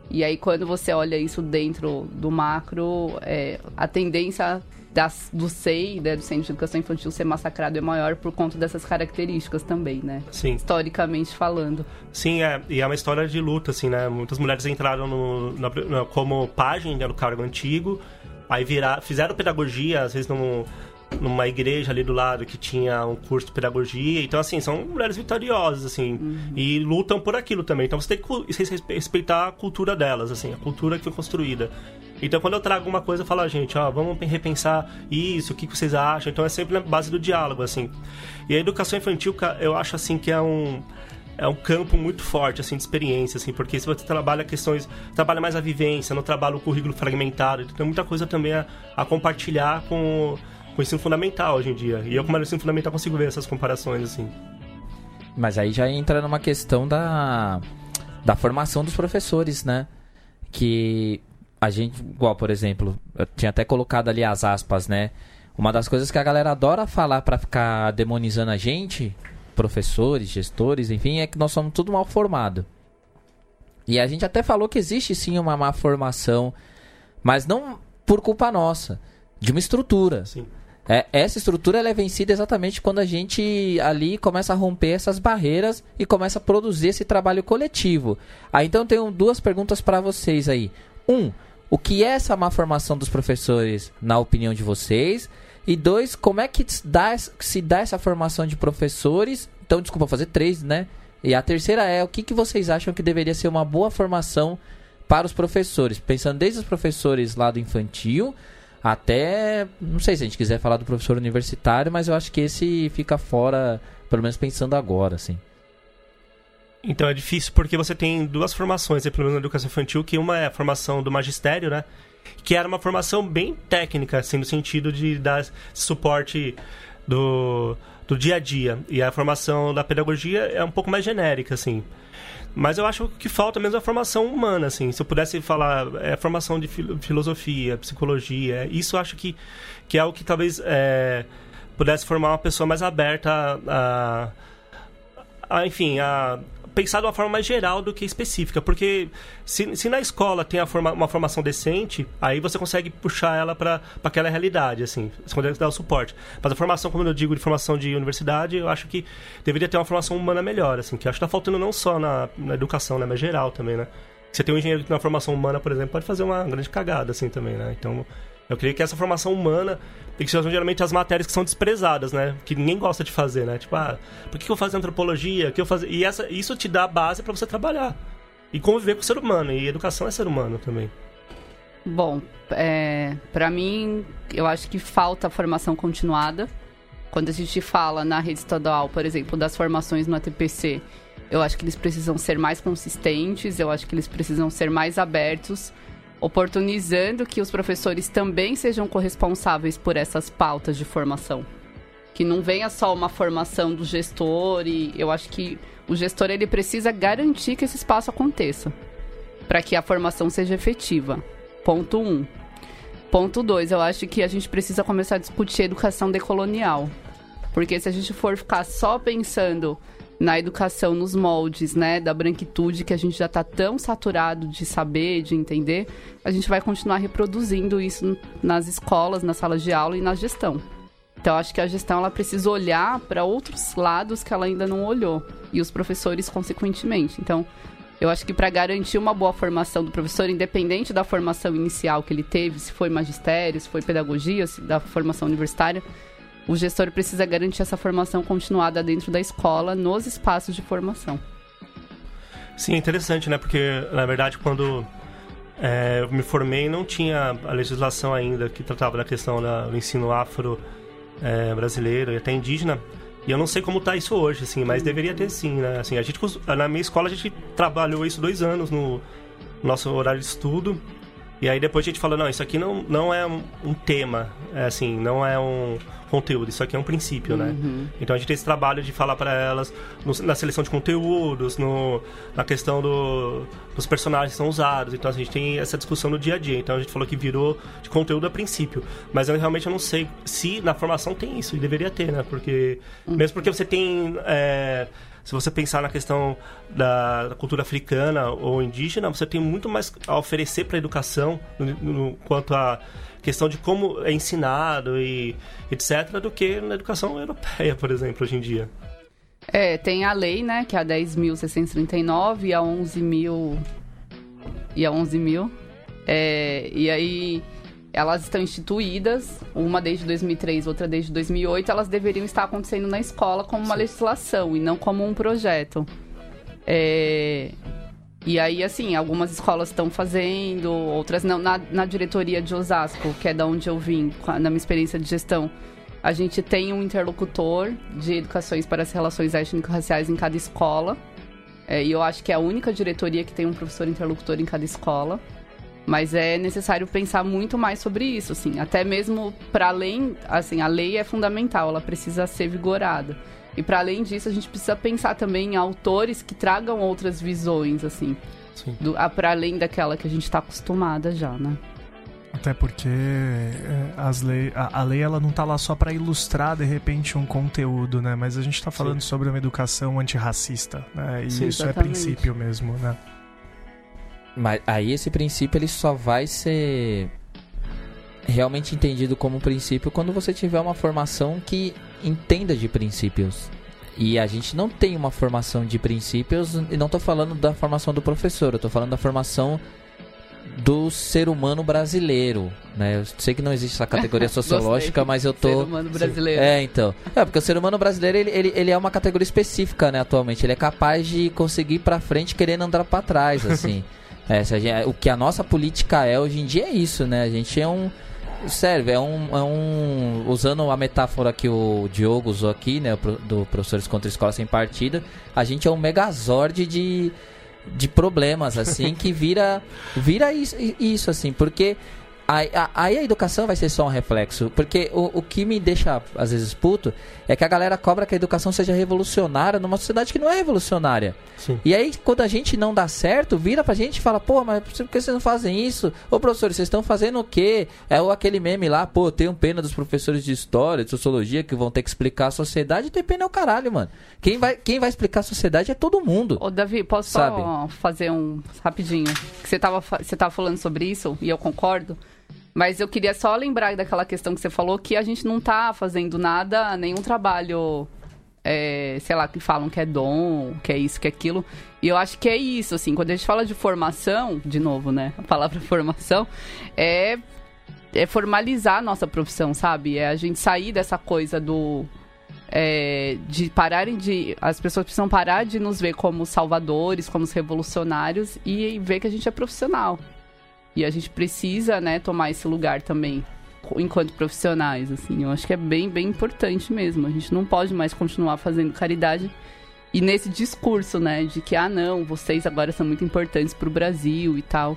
E aí, quando você olha isso dentro do macro, é, a tendência das, do S E I, né, do Centro de Educação Infantil, ser massacrado é maior por conta dessas características também, né? Sim. Historicamente falando. Sim, é, e é uma história de luta, assim, né? Muitas mulheres entraram no, no, no, como pajem, né, no cargo antigo, aí virar, fizeram pedagogia, às vezes num, numa igreja ali do lado que tinha um curso de pedagogia. Então, assim, são mulheres vitoriosas, assim, uhum. e lutam por aquilo também. Então, você tem que respeitar a cultura delas, assim, a cultura que foi construída. Então, quando eu trago uma coisa, eu falo, ah, gente, ó, vamos repensar isso, o que vocês acham? Então, é sempre na base do diálogo, assim. E a educação infantil, eu acho, assim, que é um, é um campo muito forte, assim, de experiência, assim, porque se você trabalha questões, trabalha mais a vivência, não trabalha o currículo fragmentado, então tem muita coisa também a, a compartilhar com, com o ensino fundamental hoje em dia. E eu, como ensino fundamental, consigo ver essas comparações, assim. Mas aí já entra numa questão da, da formação dos professores, né? Que... A gente, igual, por exemplo, eu tinha até colocado ali as aspas, né? Uma das coisas que a galera adora falar pra ficar demonizando a gente, professores, gestores, enfim, é que nós somos tudo mal formado. E a gente até falou que existe sim uma má formação, mas não por culpa nossa, de uma estrutura. Sim. É, essa estrutura ela é vencida exatamente quando a gente ali começa a romper essas barreiras e começa a produzir esse trabalho coletivo. Ah, então tenho duas perguntas para vocês aí. Um, o que é essa má formação dos professores, na opinião de vocês? E dois, como é que dá, se dá essa formação de professores? Então, desculpa, fazer três, né? E a terceira é, o que, que vocês acham que deveria ser uma boa formação para os professores? Pensando desde os professores lá do infantil até, não sei se a gente quiser falar do professor universitário, mas eu acho que esse fica fora, pelo menos pensando agora, assim. Então é difícil porque você tem duas formações, pelo menos na educação infantil, que uma é a formação do magistério, né? Que era uma formação bem técnica, assim, no sentido de dar suporte do, do dia a dia. E a formação da pedagogia é um pouco mais genérica, assim. Mas eu acho que falta mesmo a formação humana, assim. Se eu pudesse falar, é a formação de filosofia, psicologia. Isso eu acho que, que é o que talvez é, pudesse formar uma pessoa mais aberta a... a, a enfim, a... pensar de uma forma mais geral do que específica, porque se, se na escola tem a forma, uma formação decente, aí você consegue puxar ela para aquela realidade, assim, você consegue dar o suporte. Mas a formação, como eu digo, de formação de universidade, eu acho que deveria ter uma formação humana melhor, assim, que eu acho que está faltando não só na, na educação, né, mas geral também, né. Você tem um engenheiro que tem uma formação humana, por exemplo, pode fazer uma grande cagada, assim, também, né. Então, eu creio que essa formação humana, que são geralmente as matérias que são desprezadas, né? Que ninguém gosta de fazer, né? Tipo, ah, por que eu vou fazer antropologia? Que eu fazer... E essa, isso te dá a base para você trabalhar. E conviver com o ser humano. E educação é ser humano também. Bom, é, para mim, eu acho que falta formação continuada. Quando a gente fala na rede estadual, por exemplo, das formações no A T P C, eu acho que eles precisam ser mais consistentes, eu acho que eles precisam ser mais abertos, oportunizando que os professores também sejam corresponsáveis por essas pautas de formação. Que não venha só uma formação do gestor, e eu acho que o gestor ele precisa garantir que esse espaço aconteça, para que a formação seja efetiva. Ponto um. Ponto dois, eu acho que a gente precisa começar a discutir a educação decolonial. Porque se a gente for ficar só pensando na educação, nos moldes, né, da branquitude, que a gente já está tão saturado de saber, de entender, a gente vai continuar reproduzindo isso nas escolas, nas salas de aula e na gestão. Então, acho que a gestão ela precisa olhar para outros lados que ela ainda não olhou, e os professores, consequentemente. Então, eu acho que para garantir uma boa formação do professor, independente da formação inicial que ele teve, se foi magistério, se foi pedagogia, se da formação universitária, o gestor precisa garantir essa formação continuada dentro da escola, nos espaços de formação. Sim, é interessante, né? Porque, na verdade, quando é, eu me formei, não tinha a legislação ainda que tratava da questão da, do ensino afro-brasileiro é, e até indígena. E eu não sei como está isso hoje, assim, mas deveria ter sim, né? Assim, a gente, na minha escola, a gente trabalhou isso dois anos no nosso horário de estudo. E aí depois a gente falou, não, isso aqui não, não é um, um tema, é assim, não é um conteúdo, isso aqui é um princípio, né? Uhum. Então a gente tem esse trabalho de falar para elas no, na seleção de conteúdos, no, na questão do, dos personagens que são usados. Então a gente tem essa discussão no dia a dia. Então a gente falou que virou de conteúdo a princípio. Mas eu realmente eu não sei se na formação tem isso, e deveria ter, né? Porque, uhum. Mesmo porque você tem... É, se você pensar na questão da, da cultura africana ou indígena, você tem muito mais a oferecer para a educação, no, no, quanto a questão de como é ensinado e etcétera, do que na educação europeia, por exemplo, hoje em dia. É, tem a lei, né, que é a dez mil seiscentos e trinta e nove e a onze mil... E a onze mil. É, e aí, elas estão instituídas, uma desde dois mil e três, outra desde dois mil e oito, elas deveriam estar acontecendo na escola como uma legislação e não como um projeto. É... E aí, assim, algumas escolas estão fazendo, outras não. Na, na diretoria de Osasco, que é da onde eu vim, na minha experiência de gestão, a gente tem um interlocutor de educações para as relações étnico-raciais em cada escola. É, e eu acho que é a única diretoria que tem um professor interlocutor em cada escola. Mas é necessário pensar muito mais sobre isso, assim. Até mesmo para além, assim, a lei é fundamental, ela precisa ser vigorada. E para além disso, a gente precisa pensar também em autores que tragam outras visões, assim. Para além daquela que a gente está acostumada já, né? Até porque as lei, a, a lei ela não tá lá só para ilustrar, de repente, um conteúdo, né? Mas a gente tá falando Sim. sobre uma educação antirracista, né? E Sim, isso exatamente. É princípio mesmo, né? Mas aí esse princípio ele só vai ser realmente entendido como princípio quando você tiver uma formação que entenda de princípios. E a gente não tem uma formação de princípios, e não tô falando da formação do professor, eu tô falando da formação do ser humano brasileiro, né? Eu sei que não existe essa categoria sociológica, mas eu tô... Ser humano brasileiro. É, então. É, porque o ser humano brasileiro, ele, ele, ele é uma categoria específica, né, atualmente. Ele é capaz de conseguir ir pra frente querendo andar pra trás, assim. É, se a gente, o que a nossa política é hoje em dia é isso, né? A gente é um... Sério, é um, é um... Usando a metáfora que o Diogo usou aqui, né? Do Professores contra a Escola Sem Partido, a gente é um megazord de... de problemas, assim, que vira vira isso, isso assim, porque aí a, a educação vai ser só um reflexo, porque o, o que me deixa, às vezes, puto, é que a galera cobra que a educação seja revolucionária numa sociedade que não é revolucionária. Sim. E aí, quando a gente não dá certo, vira pra gente e fala, pô, mas por que vocês não fazem isso? Ô, professores, vocês estão fazendo o quê? É o aquele meme lá, pô, tenho pena dos professores de história, de sociologia, que vão ter que explicar a sociedade, tem pena é o caralho, mano. Quem vai, quem vai explicar a sociedade é todo mundo. Ô, Davi, posso sabe? só fazer um rapidinho? Que você tava, você tava falando sobre isso, e eu concordo. Mas eu queria só lembrar daquela questão que você falou, que a gente não tá fazendo nada, nenhum trabalho, é, sei lá, que falam que é dom, que é isso, que é aquilo. E eu acho que é isso, assim, quando a gente fala de formação, de novo, né, a palavra formação, é, é formalizar a nossa profissão, sabe? É a gente sair dessa coisa do... É, de pararem de... As pessoas precisam parar de nos ver como salvadores, como os revolucionários, e ver que a gente é profissional. E a gente precisa, né, tomar esse lugar também, enquanto profissionais, assim. Eu acho que é bem, bem importante mesmo. A gente não pode mais continuar fazendo caridade. E nesse discurso, né, de que, ah, não, vocês agora são muito importantes pro Brasil e tal.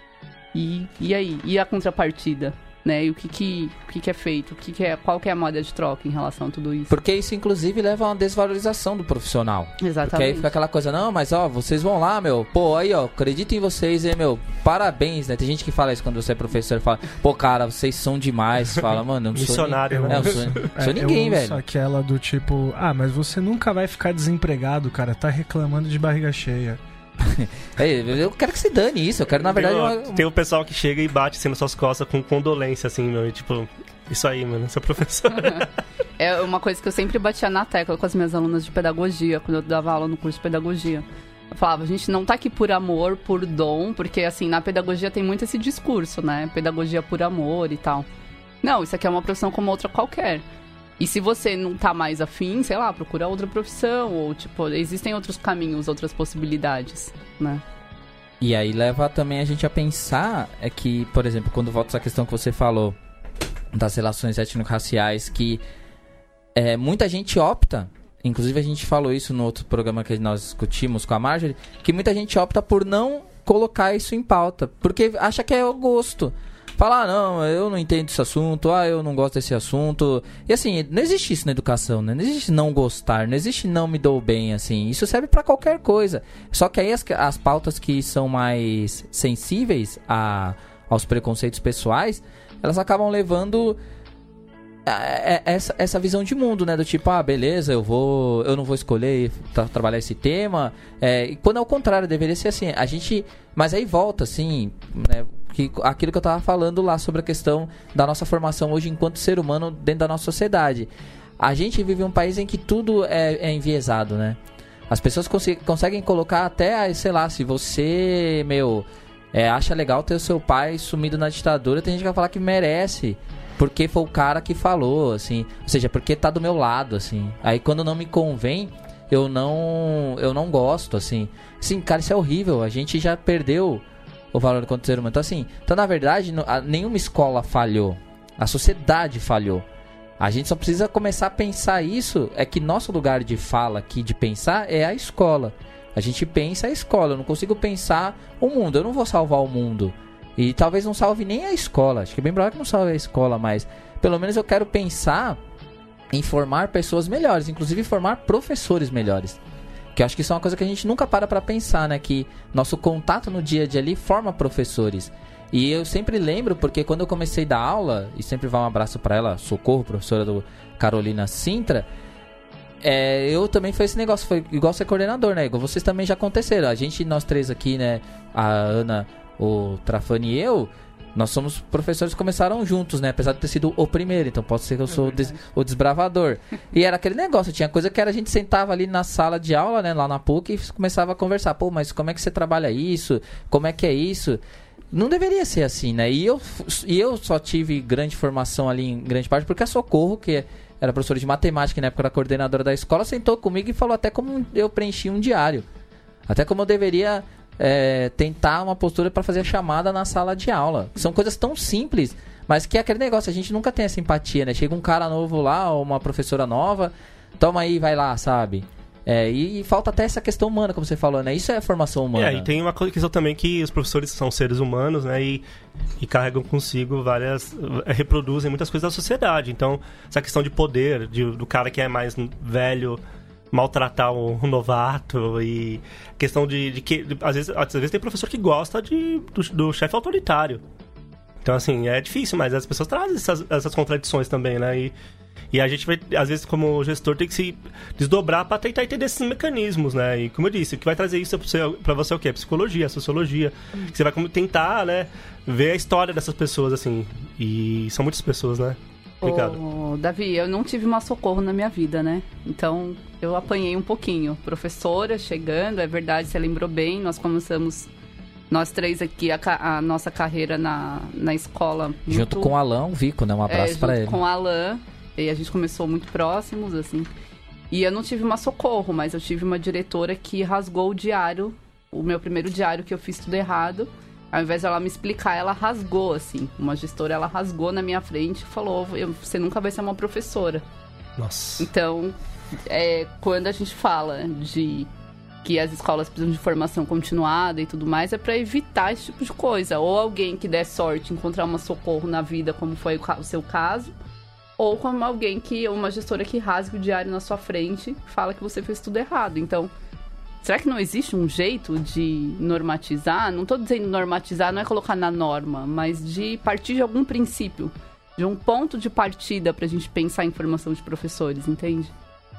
E, e aí? E a contrapartida? Né? E o que, que, o que, que é feito? O que, que é, qual que é a moeda de troca em relação a tudo isso? Porque isso, inclusive, leva a uma desvalorização do profissional. Exatamente. Porque aí fica aquela coisa, não, mas ó, vocês vão lá, meu, pô, aí ó, acredito em vocês, hein, meu, parabéns, né? Tem gente que fala isso quando você é professor, fala, pô, cara, vocês são demais. Fala, mano, eu não sou missionário, ni... né? É, eu sou, é, sou ninguém, eu velho. Aquela do tipo, ah, mas você nunca vai ficar desempregado, cara, tá reclamando de barriga cheia. Eu quero que se dane isso, eu quero na verdade tem, uma... tem o pessoal que chega e bate assim nas suas costas com condolência, assim, meu, e, tipo, isso aí, mano, seu professor. É uma coisa que eu sempre batia na tecla com as minhas alunas de pedagogia, quando eu dava aula no curso de pedagogia. Eu falava, a gente não tá aqui por amor, por dom, porque assim, na pedagogia tem muito esse discurso, né? Pedagogia por amor e tal. Não, isso aqui é uma profissão como outra qualquer. E se você não tá mais afim, sei lá, procura outra profissão, ou tipo, existem outros caminhos, outras possibilidades, né? E aí leva também a gente a pensar, é que, por exemplo, quando volta essa questão que você falou, das relações étnico-raciais, que é, muita gente opta, inclusive a gente falou isso no outro programa que nós discutimos com a Marjorie, que muita gente opta por não colocar isso em pauta, porque acha que é o gosto. Falar, ah, não, eu não entendo esse assunto, ah, eu não gosto desse assunto. E assim, não existe isso na educação, né? Não existe não gostar, não existe não me dou bem, assim. Isso serve pra qualquer coisa. Só que aí as, as pautas que são mais sensíveis a, aos preconceitos pessoais, elas acabam levando é, é, essa, essa visão de mundo, né? Do tipo, ah, beleza, eu vou, eu não vou escolher tra- trabalhar esse tema. É, e quando é o contrário, deveria ser assim. A gente, mas aí volta, assim, né? Que, aquilo que eu tava falando lá sobre a questão da nossa formação hoje enquanto ser humano dentro da nossa sociedade. A gente vive um país em que tudo é, é enviesado, né? As pessoas cons- conseguem colocar até, sei lá, se você, meu, é, acha legal ter o seu pai sumido na ditadura, tem gente que vai falar que merece, porque foi o cara que falou, assim. Ou seja, porque tá do meu lado, assim. Aí quando não me convém, eu não, eu não gosto, assim. Assim, cara, isso é horrível. A gente já perdeu o valor enquanto ser humano. Então, assim, então, na verdade, nenhuma escola falhou. A sociedade falhou. A gente só precisa começar a pensar isso. É que nosso lugar de fala aqui, de pensar, é a escola. A gente pensa a escola. Eu não consigo pensar o mundo. Eu não vou salvar o mundo. E talvez não salve nem a escola. Acho que é bem provável que não salve a escola, mas pelo menos eu quero pensar em formar pessoas melhores. Inclusive formar professores melhores. Que eu acho que isso é uma coisa que a gente nunca para pra pensar, né? Que nosso contato no dia a dia ali forma professores. E eu sempre lembro, porque quando eu comecei a dar aula, e sempre vai um abraço pra ela, Socorro, professora do Carolina Sintra, é, eu também foi esse negócio, foi igual ser coordenador, né? Igual vocês também já aconteceram. A gente, nós três aqui, né? A Ana, o Trafani e eu, nós somos professores que começaram juntos, né? Apesar de ter sido o primeiro, então pode ser que eu sou é des, o desbravador. E era aquele negócio, tinha coisa que era, a gente sentava ali na sala de aula, né? Lá na P U C e começava a conversar. Pô, mas como é que você trabalha isso? Como é que é isso? Não deveria ser assim, né? E eu, e eu só tive grande formação ali, em grande parte, porque a Socorro, que era professora de matemática e na época era coordenadora da escola, sentou comigo e falou até como eu preenchi um diário. Até como eu deveria é, tentar uma postura para fazer a chamada na sala de aula. São coisas tão simples, mas que é aquele negócio, a gente nunca tem essa empatia, né? Chega um cara novo lá, ou uma professora nova, toma aí, vai lá, sabe? É, e, e falta até essa questão humana, como você falou, né? Isso é formação humana. É, e tem uma questão também que os professores são seres humanos, né? E, e carregam consigo várias... reproduzem muitas coisas da sociedade. Então, essa questão de poder, de, do cara que é mais velho maltratar o, o novato, e questão de, de que... De, às, vezes, às vezes tem professor que gosta de, do, do chefe autoritário. Então, assim, é difícil, mas as pessoas trazem essas, essas contradições também, né? E... E a gente vai, às vezes, como gestor, tem que se desdobrar para tentar entender esses mecanismos, né? E como eu disse, o que vai trazer isso para você, pra você é o quê? A psicologia, a sociologia. Hum. Que você vai tentar, né, ver a história dessas pessoas, assim. E são muitas pessoas, né? Obrigado. Ô, Davi, eu não tive uma Socorro na minha vida, né? Então, eu apanhei um pouquinho. Professora chegando, é verdade, você lembrou bem. Nós começamos, nós três aqui, a, a nossa carreira na, na escola. Junto muito, com o Alan, o Vico, né? Um abraço é, para ele. Com o Alan. E a gente começou muito próximos, assim. E eu não tive uma Socorro, mas eu tive uma diretora que rasgou o diário, o meu primeiro diário, que eu fiz tudo errado. Ao invés de ela me explicar, ela rasgou, assim. Uma gestora, ela rasgou na minha frente e falou, você nunca vai ser uma professora. Nossa. Então, é, quando a gente fala de que as escolas precisam de formação continuada e tudo mais, é para evitar esse tipo de coisa. Ou alguém que der sorte encontrar uma Socorro na vida, como foi o seu caso, ou como alguém que, uma gestora que rasgue o diário na sua frente, fala que você fez tudo errado. Então, será que não existe um jeito de normatizar? Não estou dizendo normatizar, não é colocar na norma, mas de partir de algum princípio, de um ponto de partida para a gente pensar em formação de professores, entende?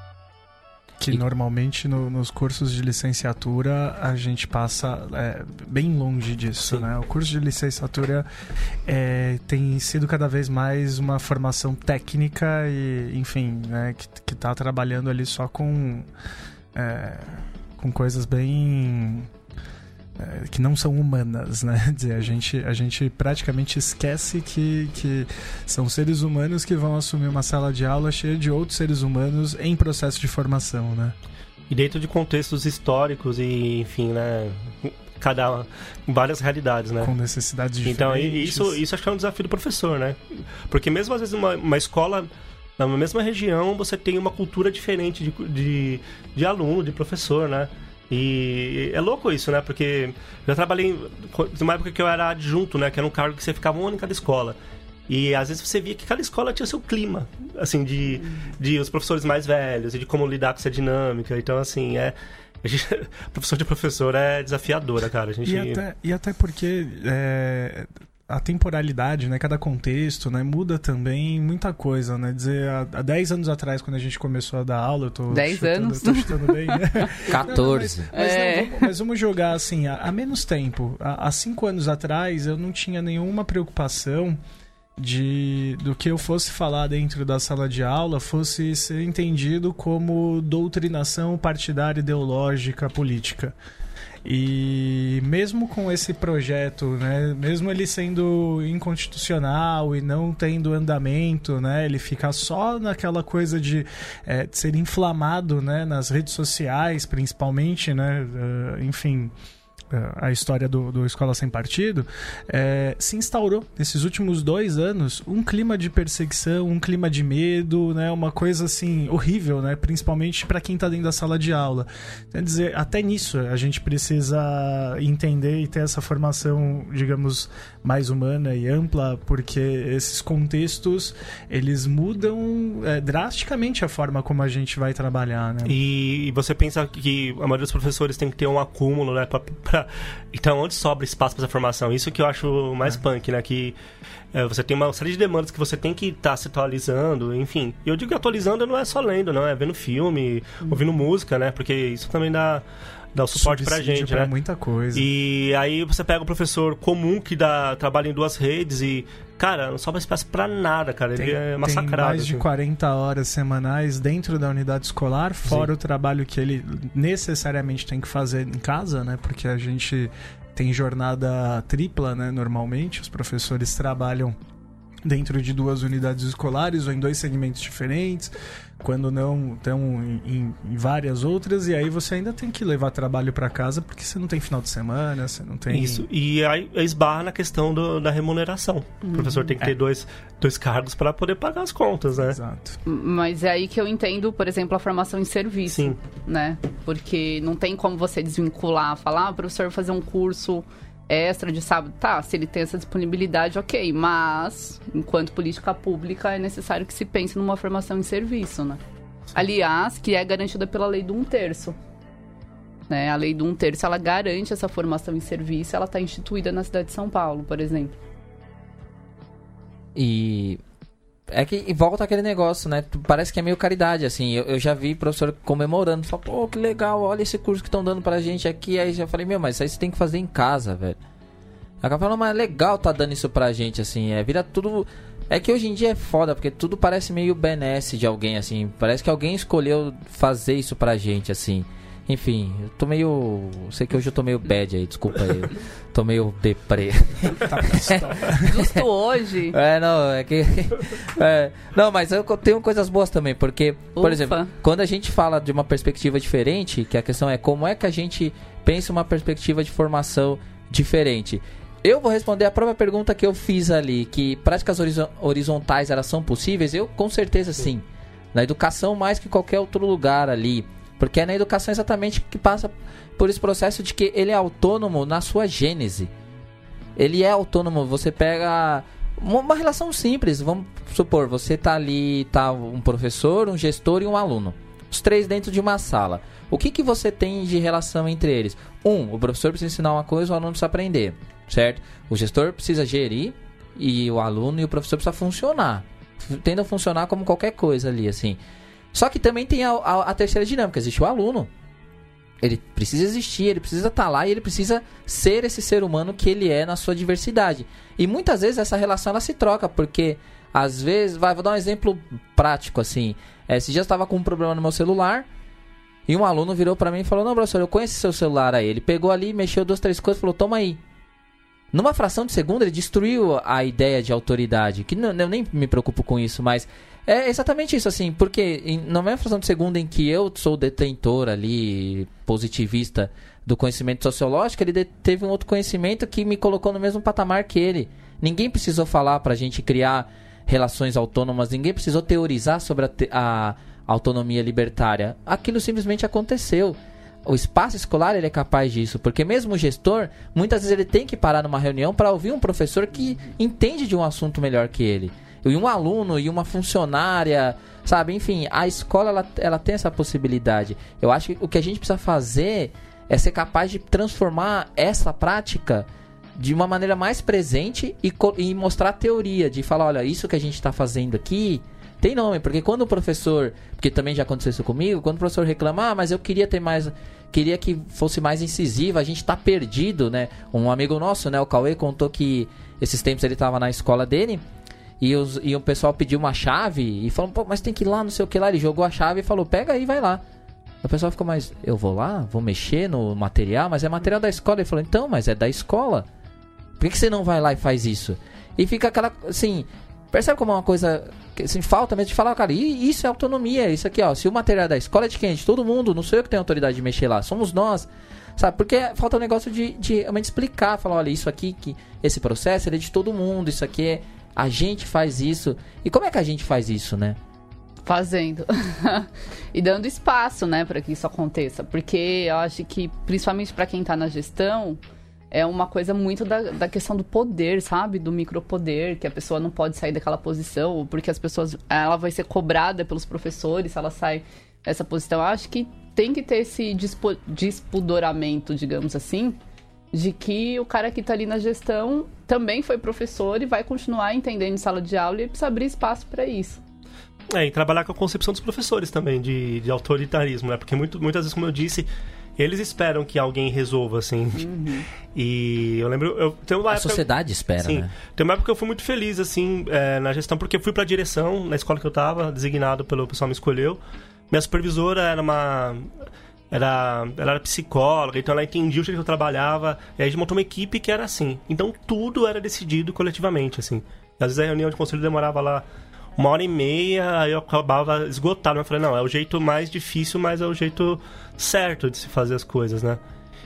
Que normalmente no, nos cursos de licenciatura a gente passa é, bem longe disso, Sim. né? O curso de licenciatura é, tem sido cada vez mais uma formação técnica e, enfim, né, que, que tá trabalhando ali só com, é, com coisas bem... É, que não são humanas, né? Dizer, a gente, a gente praticamente esquece que, que são seres humanos que vão assumir uma sala de aula cheia de outros seres humanos em processo de formação, né? E dentro de contextos históricos e, enfim, né? Cada várias realidades, né? Com necessidades diferentes. Então, isso, isso acho que é um desafio do professor, né? Porque mesmo às vezes uma, uma escola... Na mesma região, você tem uma cultura diferente de, de, de aluno, de professor, né? E é louco isso, né? Porque eu já trabalhei numa época que eu era adjunto, né? Que era um cargo que você ficava um ano em cada escola. E às vezes você via que cada escola tinha seu clima, assim, de, de os professores mais velhos e de como lidar com essa dinâmica. Então, assim, é... A gente, professor de professor é desafiadora, cara. A gente... e, até, e até porque... É... a temporalidade, né, cada contexto, né, muda também muita coisa, né, dizer, há, há dez anos atrás, quando a gente começou a dar aula, eu tô dez chutando, anos? Eu tô chutando bem, né? quatorze. Não, não, mas, mas, É. não, vamos, mas vamos jogar assim, há, há menos tempo. Há, há cinco anos atrás, eu não tinha nenhuma preocupação de do que eu fosse falar dentro da sala de aula fosse ser entendido como doutrinação partidária, ideológica, política. E mesmo com esse projeto, né, mesmo ele sendo inconstitucional e não tendo andamento, né, ele fica só naquela coisa de, é, de ser inflamado, né, nas redes sociais, principalmente, né, uh, enfim... a história do, do Escola Sem Partido, é, se instaurou nesses últimos dois anos um clima de perseguição, um clima de medo, né, uma coisa assim horrível, né, principalmente para quem está dentro da sala de aula. Quer dizer, até nisso a gente precisa entender e ter essa formação, digamos, mais humana e ampla, porque esses contextos eles mudam é, drasticamente a forma como a gente vai trabalhar, né? E, e você pensa que a maioria dos professores tem que ter um acúmulo, né, pra, pra... Então, onde sobra espaço para essa formação? Isso que eu acho mais é. punk, né? Que é, você tem uma série de demandas que você tem que estar tá se atualizando, enfim. E eu digo que atualizando não é só lendo, não. É vendo filme, hum. ouvindo música, né? Porque isso também dá... dá o suporte pra gente, pra né? muita coisa. E aí você pega um professor comum que dá, trabalha em duas redes e, cara, não sobra espaço pra nada, cara. Ele tem, é massacrado. Tem mais assim. de quarenta horas semanais dentro da unidade escolar, fora Sim. o trabalho que ele necessariamente tem que fazer em casa, né? Porque a gente tem jornada tripla, né? Normalmente, os professores trabalham dentro de duas unidades escolares ou em dois segmentos diferentes, quando não estão em, em, em várias outras, e aí você ainda tem que levar trabalho para casa porque você não tem final de semana, você não tem... Isso, e aí esbarra na questão do, da remuneração. Uhum. O professor tem que ter é. dois, dois cargos para poder pagar as contas, né? Exato. Mas é aí que eu entendo, por exemplo, a formação em serviço. Sim. Né? Porque não tem como você desvincular, falar, ah, o professor fazer um curso extra de sábado, tá, se ele tem essa disponibilidade, ok, mas enquanto política pública é necessário que se pense numa formação em serviço, né? Sim. Aliás, que é garantida pela lei do um terço, né? A lei do um terço, ela garante essa formação em serviço, ela está instituída na cidade de São Paulo, por exemplo. E é que volta aquele negócio, né? Parece que é meio caridade, assim. Eu, eu já vi professor comemorando. Fala, pô, que legal, olha esse curso que estão dando pra gente aqui. Aí já falei, meu, mas isso aí você tem que fazer em casa, velho. Acaba falando, mas é legal tá dando isso pra gente, assim. É, vira tudo... É que hoje em dia é foda, porque tudo parece meio benesse de alguém, assim. Parece que alguém escolheu fazer isso pra gente, assim. Enfim, eu tô meio... Sei que hoje eu tô meio bad aí, desculpa aí. Tô meio deprê. Tá pistola. Justo hoje. É, não, é que... É, não, mas eu tenho coisas boas também, porque, por Ufa. exemplo, quando a gente fala de uma perspectiva diferente, que a questão é como é que a gente pensa uma perspectiva de formação diferente. Eu vou responder a própria pergunta que eu fiz ali, que práticas horizontais elas são possíveis? Eu, com certeza, sim. sim. Na educação, mais que qualquer outro lugar ali. Porque é na educação exatamente que passa por esse processo de que ele é autônomo na sua gênese. Ele é autônomo, você pega uma relação simples, vamos supor, você tá ali, tá um professor, um gestor e um aluno. Os três dentro de uma sala. O que, que você tem de relação entre eles? Um, o professor precisa ensinar uma coisa, o aluno precisa aprender, certo? O gestor precisa gerir e o aluno e o professor precisa funcionar. Tendo a funcionar como qualquer coisa ali, assim. Só que também tem a, a, a terceira dinâmica, existe o aluno. Ele precisa existir, ele precisa estar lá e ele precisa ser esse ser humano que ele é na sua diversidade. E muitas vezes essa relação ela se troca, porque às vezes, vai, vou dar um exemplo prático assim. É, esse dia eu estava com um problema no meu celular e um aluno virou para mim e falou, não, professor, eu conheço seu celular aí. Ele pegou ali, mexeu duas, três coisas e falou, toma aí. Numa fração de segundo ele destruiu a ideia de autoridade, que não, eu nem me preocupo com isso, mas... É exatamente isso, assim, porque em, na mesma fração de segundo em que eu sou detentor ali, positivista do conhecimento sociológico, ele de, teve um outro conhecimento que me colocou no mesmo patamar que ele. Ninguém precisou falar pra gente criar relações autônomas, ninguém precisou teorizar sobre a, te, a autonomia libertária. Aquilo simplesmente aconteceu. O espaço escolar ele é capaz disso, porque mesmo o gestor, muitas vezes ele tem que parar numa reunião para ouvir um professor que entende de um assunto melhor que ele. E um aluno e uma funcionária, sabe? Enfim, a escola ela, ela tem essa possibilidade. Eu acho que o que a gente precisa fazer é ser capaz de transformar essa prática de uma maneira mais presente e, e mostrar a teoria, de falar, olha, isso que a gente está fazendo aqui tem nome, porque quando o professor, porque também já aconteceu isso comigo, quando o professor reclama, ah, mas eu queria ter mais, queria que fosse mais incisivo, a gente tá perdido, né? Um amigo nosso, né, o Cauê, contou que esses tempos ele tava na escola dele e, os, e o pessoal pediu uma chave e falou, pô, mas tem que ir lá, não sei o que lá, ele jogou a chave e falou, pega aí, vai lá. O pessoal ficou, mas eu vou lá, vou mexer no material, mas é material da escola. Ele falou, então, mas é da escola. Por que, que você não vai lá e faz isso? E fica aquela, assim, percebe como é uma coisa, assim, falta mesmo de falar, cara, e isso é autonomia, isso aqui, ó, se o material é da escola é de quem? De todo mundo, não sou eu que tenho autoridade de mexer lá, somos nós, sabe? Porque falta um negócio de, de realmente explicar, falar, olha, isso aqui, que esse processo, ele é de todo mundo, isso aqui é, a gente faz isso. E como é que a gente faz isso, né? Fazendo. E dando espaço, né, para que isso aconteça. Porque eu acho que, principalmente para quem tá na gestão, é uma coisa muito da, da questão do poder, sabe? Do micropoder, que a pessoa não pode sair daquela posição, porque as pessoas, ela vai ser cobrada pelos professores se ela sai dessa posição. Eu acho que tem que ter esse dispo, despodoramento, digamos assim, de que o cara que tá ali na gestão também foi professor e vai continuar entendendo em sala de aula e precisa abrir espaço para isso. É, e trabalhar com a concepção dos professores também, de, de autoritarismo, né? Porque muito, muitas vezes, como eu disse, eles esperam que alguém resolva, assim. Uhum. E eu lembro... Eu, tem uma a época, sociedade espera, sim, né? Tem uma época que eu fui muito feliz, assim, é, na gestão, porque eu fui pra direção, na escola que eu tava, designado pelo pessoal me escolheu. Minha supervisora era uma... Era, ela era psicóloga, então ela entendia o jeito que eu trabalhava. E aí a gente montou uma equipe que era assim. Então tudo era decidido coletivamente, assim. E às vezes a reunião de conselho demorava lá uma hora e meia, aí eu acabava esgotado. Eu falei, não, é o jeito mais difícil, mas é o jeito certo de se fazer as coisas, né?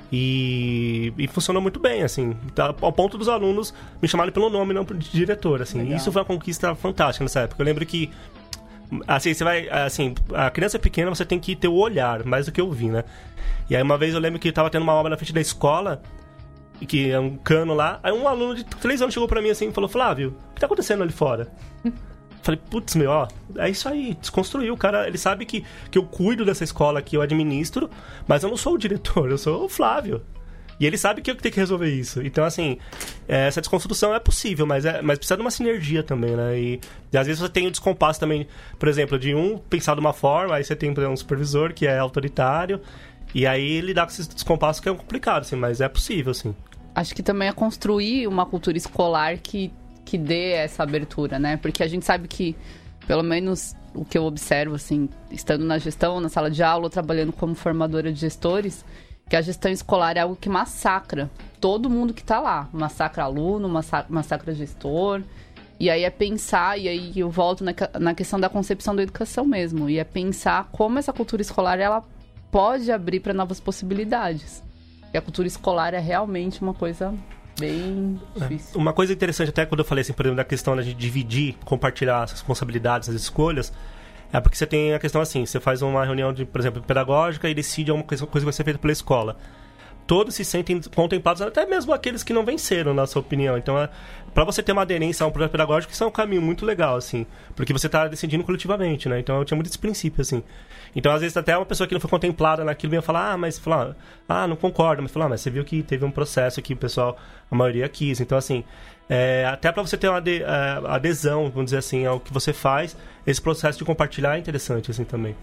E, e funcionou muito bem, assim, tá, ao ponto dos alunos me chamarem pelo nome, não de diretor, assim. Legal. Isso foi uma conquista fantástica nessa época. Eu lembro que, assim, você vai, assim, a criança pequena, você tem que ter o olhar, mais do que ouvir, né? E aí uma vez eu lembro que tava tendo uma obra na frente da escola, que é um cano lá, aí um aluno de três anos chegou pra mim assim e falou, Flávio, o que tá acontecendo ali fora? Falei, putz, meu, ó, é isso aí, desconstruiu. O cara, ele sabe que, que eu cuido dessa escola aqui, eu administro, mas eu não sou o diretor, eu sou o Flávio. E ele sabe que eu tenho que resolver isso. Então, assim, é, essa desconstrução é possível, mas, é, mas precisa de uma sinergia também, né? E, e às vezes você tem o descompasso também, por exemplo, de um pensar de uma forma, aí você tem, por exemplo, um supervisor que é autoritário, e aí lidar com esses descompassos que é complicado, assim, mas é possível, assim. Acho que também é construir uma cultura escolar que que dê essa abertura, né? Porque a gente sabe que, pelo menos o que eu observo, assim, estando na gestão, na sala de aula, trabalhando como formadora de gestores, que a gestão escolar é algo que massacra todo mundo que tá lá. Massacra aluno, massacra, massacra gestor. E aí é pensar, e aí eu volto na, na questão da concepção da educação mesmo, e é pensar como essa cultura escolar, ela pode abrir para novas possibilidades. E a cultura escolar é realmente uma coisa bem difícil. Uma coisa interessante, até quando eu falei assim, por exemplo, da questão de dividir, compartilhar as responsabilidades, as escolhas, é porque você tem a questão assim, você faz uma reunião, de, por exemplo, pedagógica e decide alguma coisa, coisa que vai ser feita pela escola. Todos se sentem contemplados, até mesmo aqueles que não venceram, na sua opinião. Então, é, para você ter uma aderência a um projeto pedagógico, isso é um caminho muito legal, assim, porque você está decidindo coletivamente, né? Então, eu tinha muito esse princípio, assim. Então, às vezes, até uma pessoa que não foi contemplada naquilo vinha falar, ah, mas, falar, ah, não concordo, mas falar, ah, mas você viu que teve um processo que o pessoal, a maioria quis. Então, assim, é, até para você ter uma ade- adesão, vamos dizer assim, ao que você faz, esse processo de compartilhar é interessante, assim, também.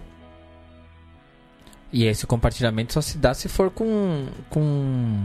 E esse compartilhamento só se dá se for com... com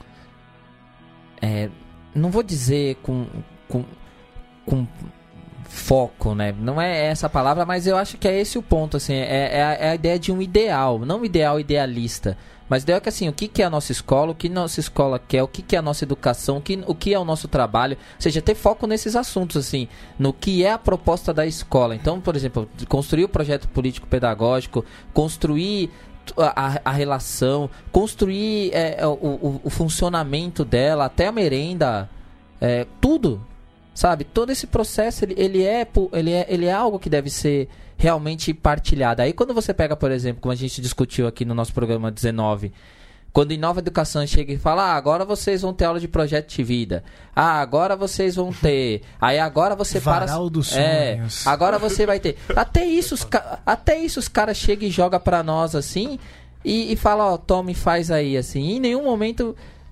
é, não vou dizer com, com, com foco, né? Não é essa a palavra, mas eu acho que é esse o ponto, assim. É, é, a, é a ideia de um ideal, não um ideal idealista. Mas ideal é que, assim, o que, que é a nossa escola, o que nossa escola quer, o que, que é a nossa educação, o que, o que é o nosso trabalho. Ou seja, ter foco nesses assuntos, assim, no que é a proposta da escola. Então, por exemplo, construir o projeto político-pedagógico, construir A, a relação, construir é, o, o, o funcionamento dela, até a merenda, é, tudo, sabe? Todo esse processo, ele, ele, é, ele, é, ele é algo que deve ser realmente partilhado. Aí quando você pega, por exemplo, como a gente discutiu aqui no nosso programa dezenove, quando Inova Educação chega e fala, ah, agora vocês vão ter aula de projeto de vida. Ah, agora vocês vão ter. Aí agora você Varal para... dos é, sonhos. agora você vai ter. Até isso os, ca... Até isso os caras chegam e jogam pra nós assim e, e falam, ó, toma e faz aí, assim. E em nenhum momento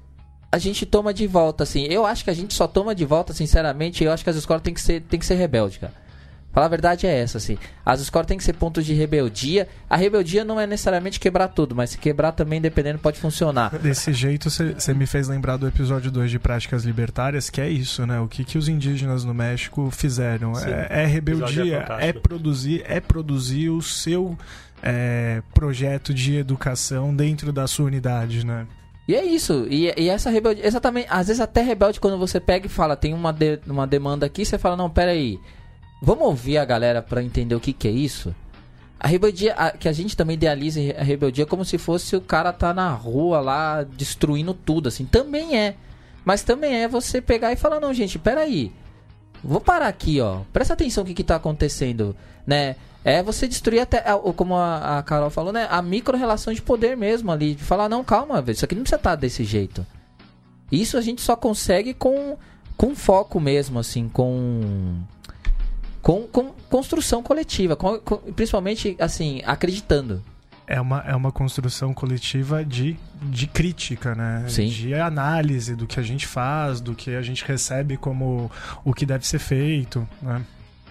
a gente toma de volta, assim. Eu acho que a gente só toma de volta, sinceramente, eu acho que as escolas têm que ser, têm que ser rebeldes, cara. Falar a verdade é essa, assim. As escolas têm que ser pontos de rebeldia. A rebeldia não é necessariamente quebrar tudo, mas se quebrar também, dependendo, pode funcionar. Desse jeito, você me fez lembrar do episódio dois de Práticas Libertárias, que é isso, né? O que, que os indígenas no México fizeram. É, é rebeldia, é, é produzir, é produzir o seu é, projeto de educação dentro da sua unidade, né? E é isso, e, e essa rebeldia, exatamente, às vezes até rebelde quando você pega e fala, tem uma, de, uma demanda aqui, você fala, não, peraí, vamos ouvir a galera pra entender o que que é isso? A rebeldia, a, que a gente também idealiza a rebeldia como se fosse o cara tá na rua lá, destruindo tudo, assim, também é, mas também é você pegar e falar, não, gente, peraí, vou parar aqui, ó, presta atenção no que que tá acontecendo, né? É você destruir até, como a, a Carol falou, né? A micro-relação de poder mesmo ali. De falar, não, calma, isso aqui não precisa estar desse jeito. Isso a gente só consegue com, com foco mesmo, assim, com, com, com construção coletiva. Com, com, principalmente, assim, acreditando. É uma, é uma construção coletiva de, de crítica, né? Sim. De análise do que a gente faz, do que a gente recebe como o que deve ser feito, né?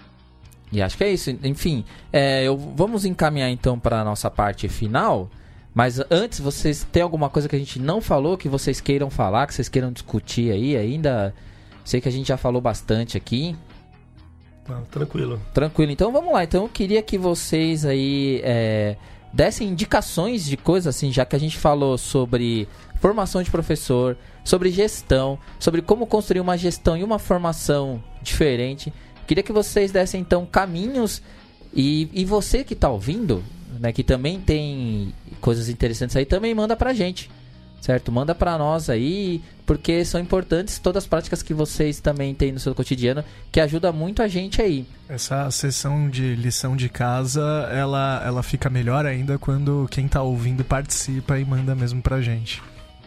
E acho que é isso. Enfim, é, eu, vamos encaminhar então para a nossa parte final. Mas antes, vocês tem alguma coisa que a gente não falou, que vocês queiram falar, que vocês queiram discutir aí ainda? Sei que a gente já falou bastante aqui. Não, tranquilo. Tranquilo. Então vamos lá. Então eu queria que vocês aí é, dessem indicações de coisas assim, já que a gente falou sobre formação de professor, sobre gestão, sobre como construir uma gestão e uma formação diferente. Queria que vocês dessem, então, caminhos e, e você que está ouvindo, né, que também tem coisas interessantes aí, também manda pra gente, certo? Manda pra nós aí, porque são importantes todas as práticas que vocês também têm no seu cotidiano, que ajuda muito a gente aí. Essa sessão de lição de casa, ela, ela fica melhor ainda quando quem está ouvindo participa e manda mesmo pra gente.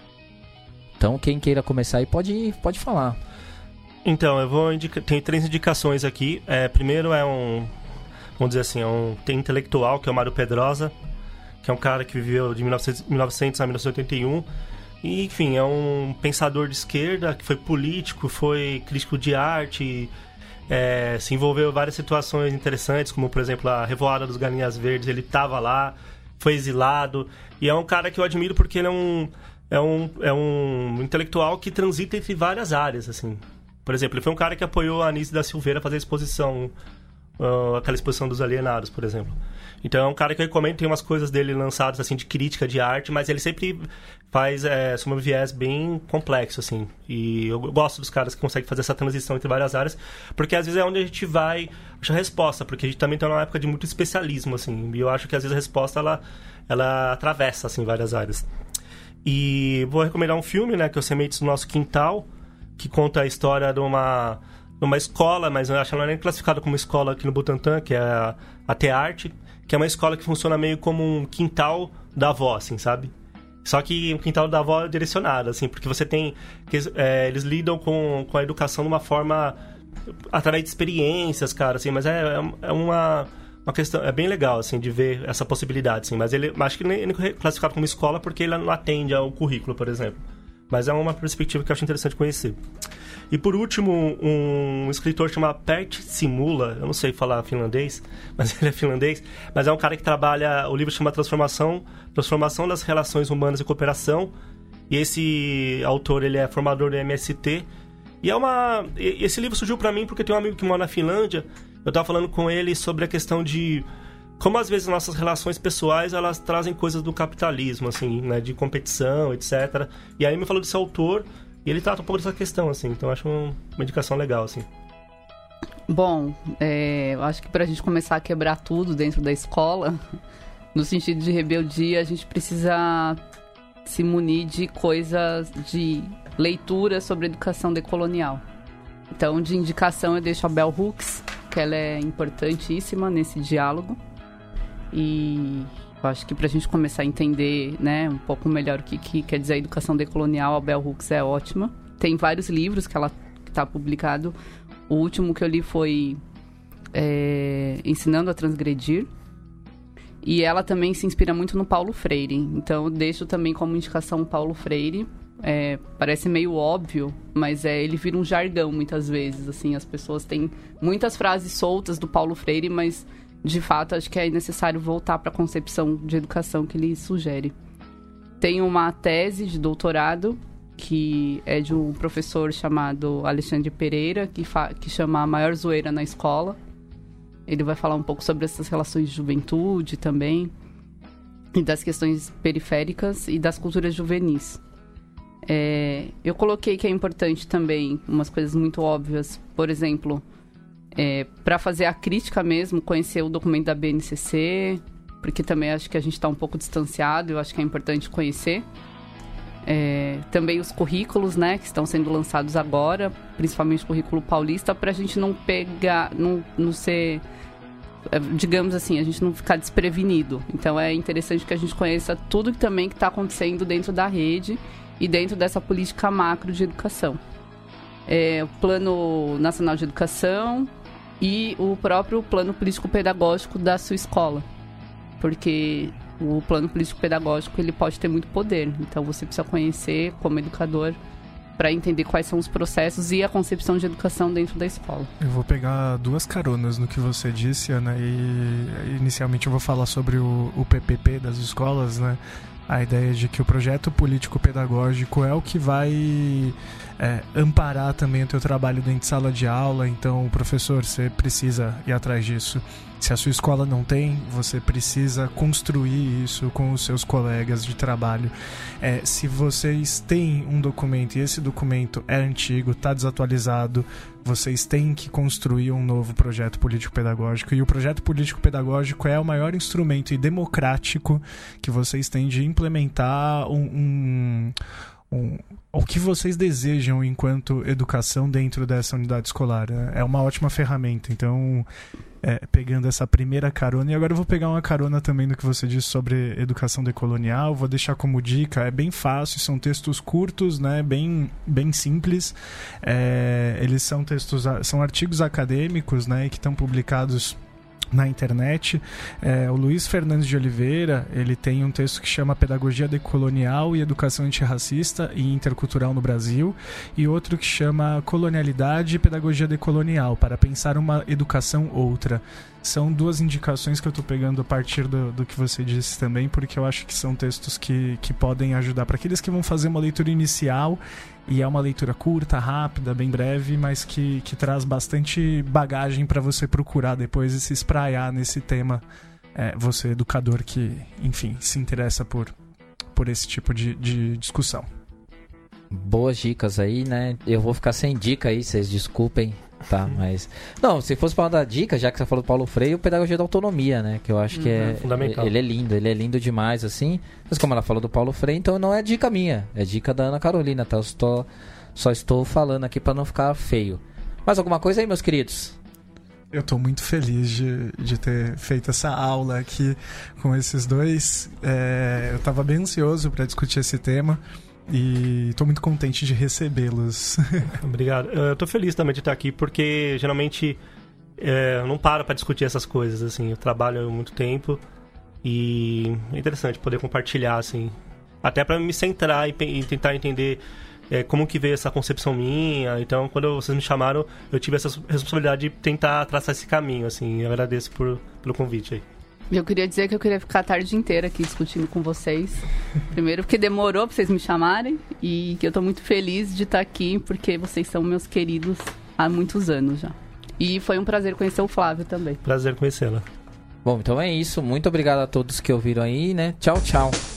Então, quem queira começar aí pode, pode falar. Então, eu vou indicar... Tem três indicações aqui. É, primeiro é um... Vamos dizer assim, é um tem intelectual, que é o Mário Pedrosa, que é um cara que viveu de mil e novecentos a mil novecentos e oitenta e um. E, enfim, é um pensador de esquerda, que foi político, foi crítico de arte, é, se envolveu em várias situações interessantes, como, por exemplo, a Revoada dos Galinhas Verdes. Ele estava lá, foi exilado. E é um cara que eu admiro porque ele é um, é um, é um intelectual que transita entre várias áreas, assim. Por exemplo, ele foi um cara que apoiou a Anísio da Silveira a fazer a exposição, uh, aquela exposição dos alienados, por exemplo. Então é um cara que eu recomendo, tem umas coisas dele lançadas assim de crítica de arte, mas ele sempre faz é, sob um viés bem complexo, assim. E eu gosto dos caras que conseguem fazer essa transição entre várias áreas, porque às vezes é onde a gente vai achar a resposta, porque a gente também está numa época de muito especialismo, assim. E eu acho que às vezes a resposta ela, ela atravessa assim várias áreas. E vou recomendar um filme, né, que é o Sementes do Nosso Quintal, que conta a história de uma, de uma escola, mas eu acho que ela não é nem classificada como escola aqui no Butantã, que é a, a Tearte, que é uma escola que funciona meio como um quintal da avó, assim, sabe? Só que um quintal da avó é direcionado, assim, porque você tem... É, eles lidam com, com a educação de uma forma... através de experiências, cara, assim, mas é, é uma... Uma questão, é bem legal, assim, de ver essa possibilidade, assim, mas ele, acho que nem, nem é classificado como escola porque ele não atende ao currículo, por exemplo. Mas é uma perspectiva que eu acho interessante conhecer. E por último, um escritor chamado Pertti Simula, eu não sei falar finlandês, mas ele é finlandês, mas é um cara que trabalha, o livro chama Transformação, Transformação das Relações Humanas e Cooperação, e esse autor, ele é formador do M S T, e é uma... Esse livro surgiu pra mim porque tem um amigo que mora na Finlândia, eu tava falando com ele sobre a questão de... Como às vezes nossas relações pessoais, elas trazem coisas do capitalismo, assim, né, de competição, etcétera. E aí ele me falou desse autor, e ele trata um pouco dessa questão, assim, então eu acho um, uma indicação legal, assim. Bom, é, eu acho que pra gente começar a quebrar tudo dentro da escola, no sentido de rebeldia, a gente precisa se munir de coisas, de leitura sobre educação decolonial. Então, de indicação, eu deixo a Bell Hooks, que ela é importantíssima nesse diálogo. E eu acho que pra gente começar a entender, né, um pouco melhor o que, que quer dizer a educação decolonial, a Bell Hooks é ótima. Tem vários livros que ela está publicado. O último que eu li foi é, Ensinando a Transgredir. E ela também se inspira muito no Paulo Freire. Então eu deixo também como indicação o Paulo Freire. é, parece meio óbvio, mas é, ele vira um jargão muitas vezes, assim, as pessoas têm muitas frases soltas do Paulo Freire, mas de fato acho que é necessário voltar para a concepção de educação que ele sugere. Tem uma tese de doutorado que é de um professor chamado Alexandre Pereira, que, fa- que chama A Maior Zoeira na Escola. Ele vai falar um pouco sobre essas relações de juventude também, e das questões periféricas e das culturas juvenis. É, eu coloquei que é importante também umas coisas muito óbvias, por exemplo, é, para fazer a crítica mesmo, conhecer o documento da B N C C, porque também acho que a gente está um pouco distanciado, eu acho que é importante conhecer. É, também os currículos, né, que estão sendo lançados agora, principalmente o currículo paulista, para a gente não pegar, não, não ser, digamos assim, a gente não ficar desprevenido. Então é interessante que a gente conheça tudo que também que está acontecendo dentro da rede e dentro dessa política macro de educação. É, o Plano Nacional de Educação e o próprio plano político-pedagógico da sua escola. Porque o plano político-pedagógico ele pode ter muito poder. Então você precisa conhecer como educador para entender quais são os processos e a concepção de educação dentro da escola. Eu vou pegar duas caronas no que você disse, Ana, e inicialmente eu vou falar sobre o, o P P P das escolas, né? A ideia de que o projeto político-pedagógico é o que vai é, amparar também o teu trabalho dentro de sala de aula. Então, professor, você precisa ir atrás disso. Se a sua escola não tem, você precisa construir isso com os seus colegas de trabalho. É, se vocês têm um documento e esse documento é antigo, está desatualizado, vocês têm que construir um novo projeto político-pedagógico. E o projeto político-pedagógico é o maior instrumento e democrático que vocês têm de implementar um... um Um, o que vocês desejam enquanto educação dentro dessa unidade escolar, né? É uma ótima ferramenta. Então, é, pegando essa primeira carona, e agora eu vou pegar uma carona também do que você disse sobre educação decolonial, vou deixar como dica, é bem fácil, são textos curtos, né? bem, bem simples, é, eles são textos, são artigos acadêmicos, né? Que estão publicados na internet. É, o Luiz Fernandes de Oliveira, ele tem um texto que chama Pedagogia Decolonial e Educação Antirracista e Intercultural no Brasil, e outro que chama Colonialidade e Pedagogia Decolonial, para pensar uma educação outra. São duas indicações que eu estou pegando a partir do, do que você disse também, porque eu acho que são textos que, que podem ajudar para aqueles que vão fazer uma leitura inicial, e é uma leitura curta, rápida, bem breve, mas que, que traz bastante bagagem para você procurar depois e se espraiar nesse tema. É, você, educador que, enfim, se interessa por, por esse tipo de, de discussão. Boas dicas aí, né? Eu vou ficar sem dica aí, vocês desculpem, tá? Mas... Não, se fosse pra dar dica, já que você falou do Paulo Freire, o Pedagogia da Autonomia, né? Que eu acho que é... fundamental. Ele é lindo, ele é lindo demais, assim. Mas como ela falou do Paulo Freire, então não é dica minha, é dica da Ana Carolina, tá? Eu estou, só estou falando aqui pra não ficar feio. Mais alguma coisa aí, meus queridos? Eu estou muito feliz de, de ter feito essa aula aqui com esses dois. É, eu estava bem ansioso para discutir esse tema. E estou muito contente de recebê-los. Obrigado. Eu estou feliz também de estar aqui, porque geralmente é, eu não paro para discutir essas coisas, assim. Eu trabalho há muito tempo e é interessante poder compartilhar, assim. Até para me centrar e, e tentar entender é, como que veio essa concepção minha. Então, quando vocês me chamaram, eu tive essa responsabilidade de tentar traçar esse caminho, assim. Eu agradeço por, pelo convite aí. Eu queria dizer que eu queria ficar a tarde inteira aqui discutindo com vocês. Primeiro porque demorou para vocês me chamarem e que eu estou muito feliz de estar aqui porque vocês são meus queridos há muitos anos já. E foi um prazer conhecer o Flávio também. Prazer conhecê-la. Bom, então é isso. Muito obrigado a todos que ouviram aí, né? Tchau, tchau.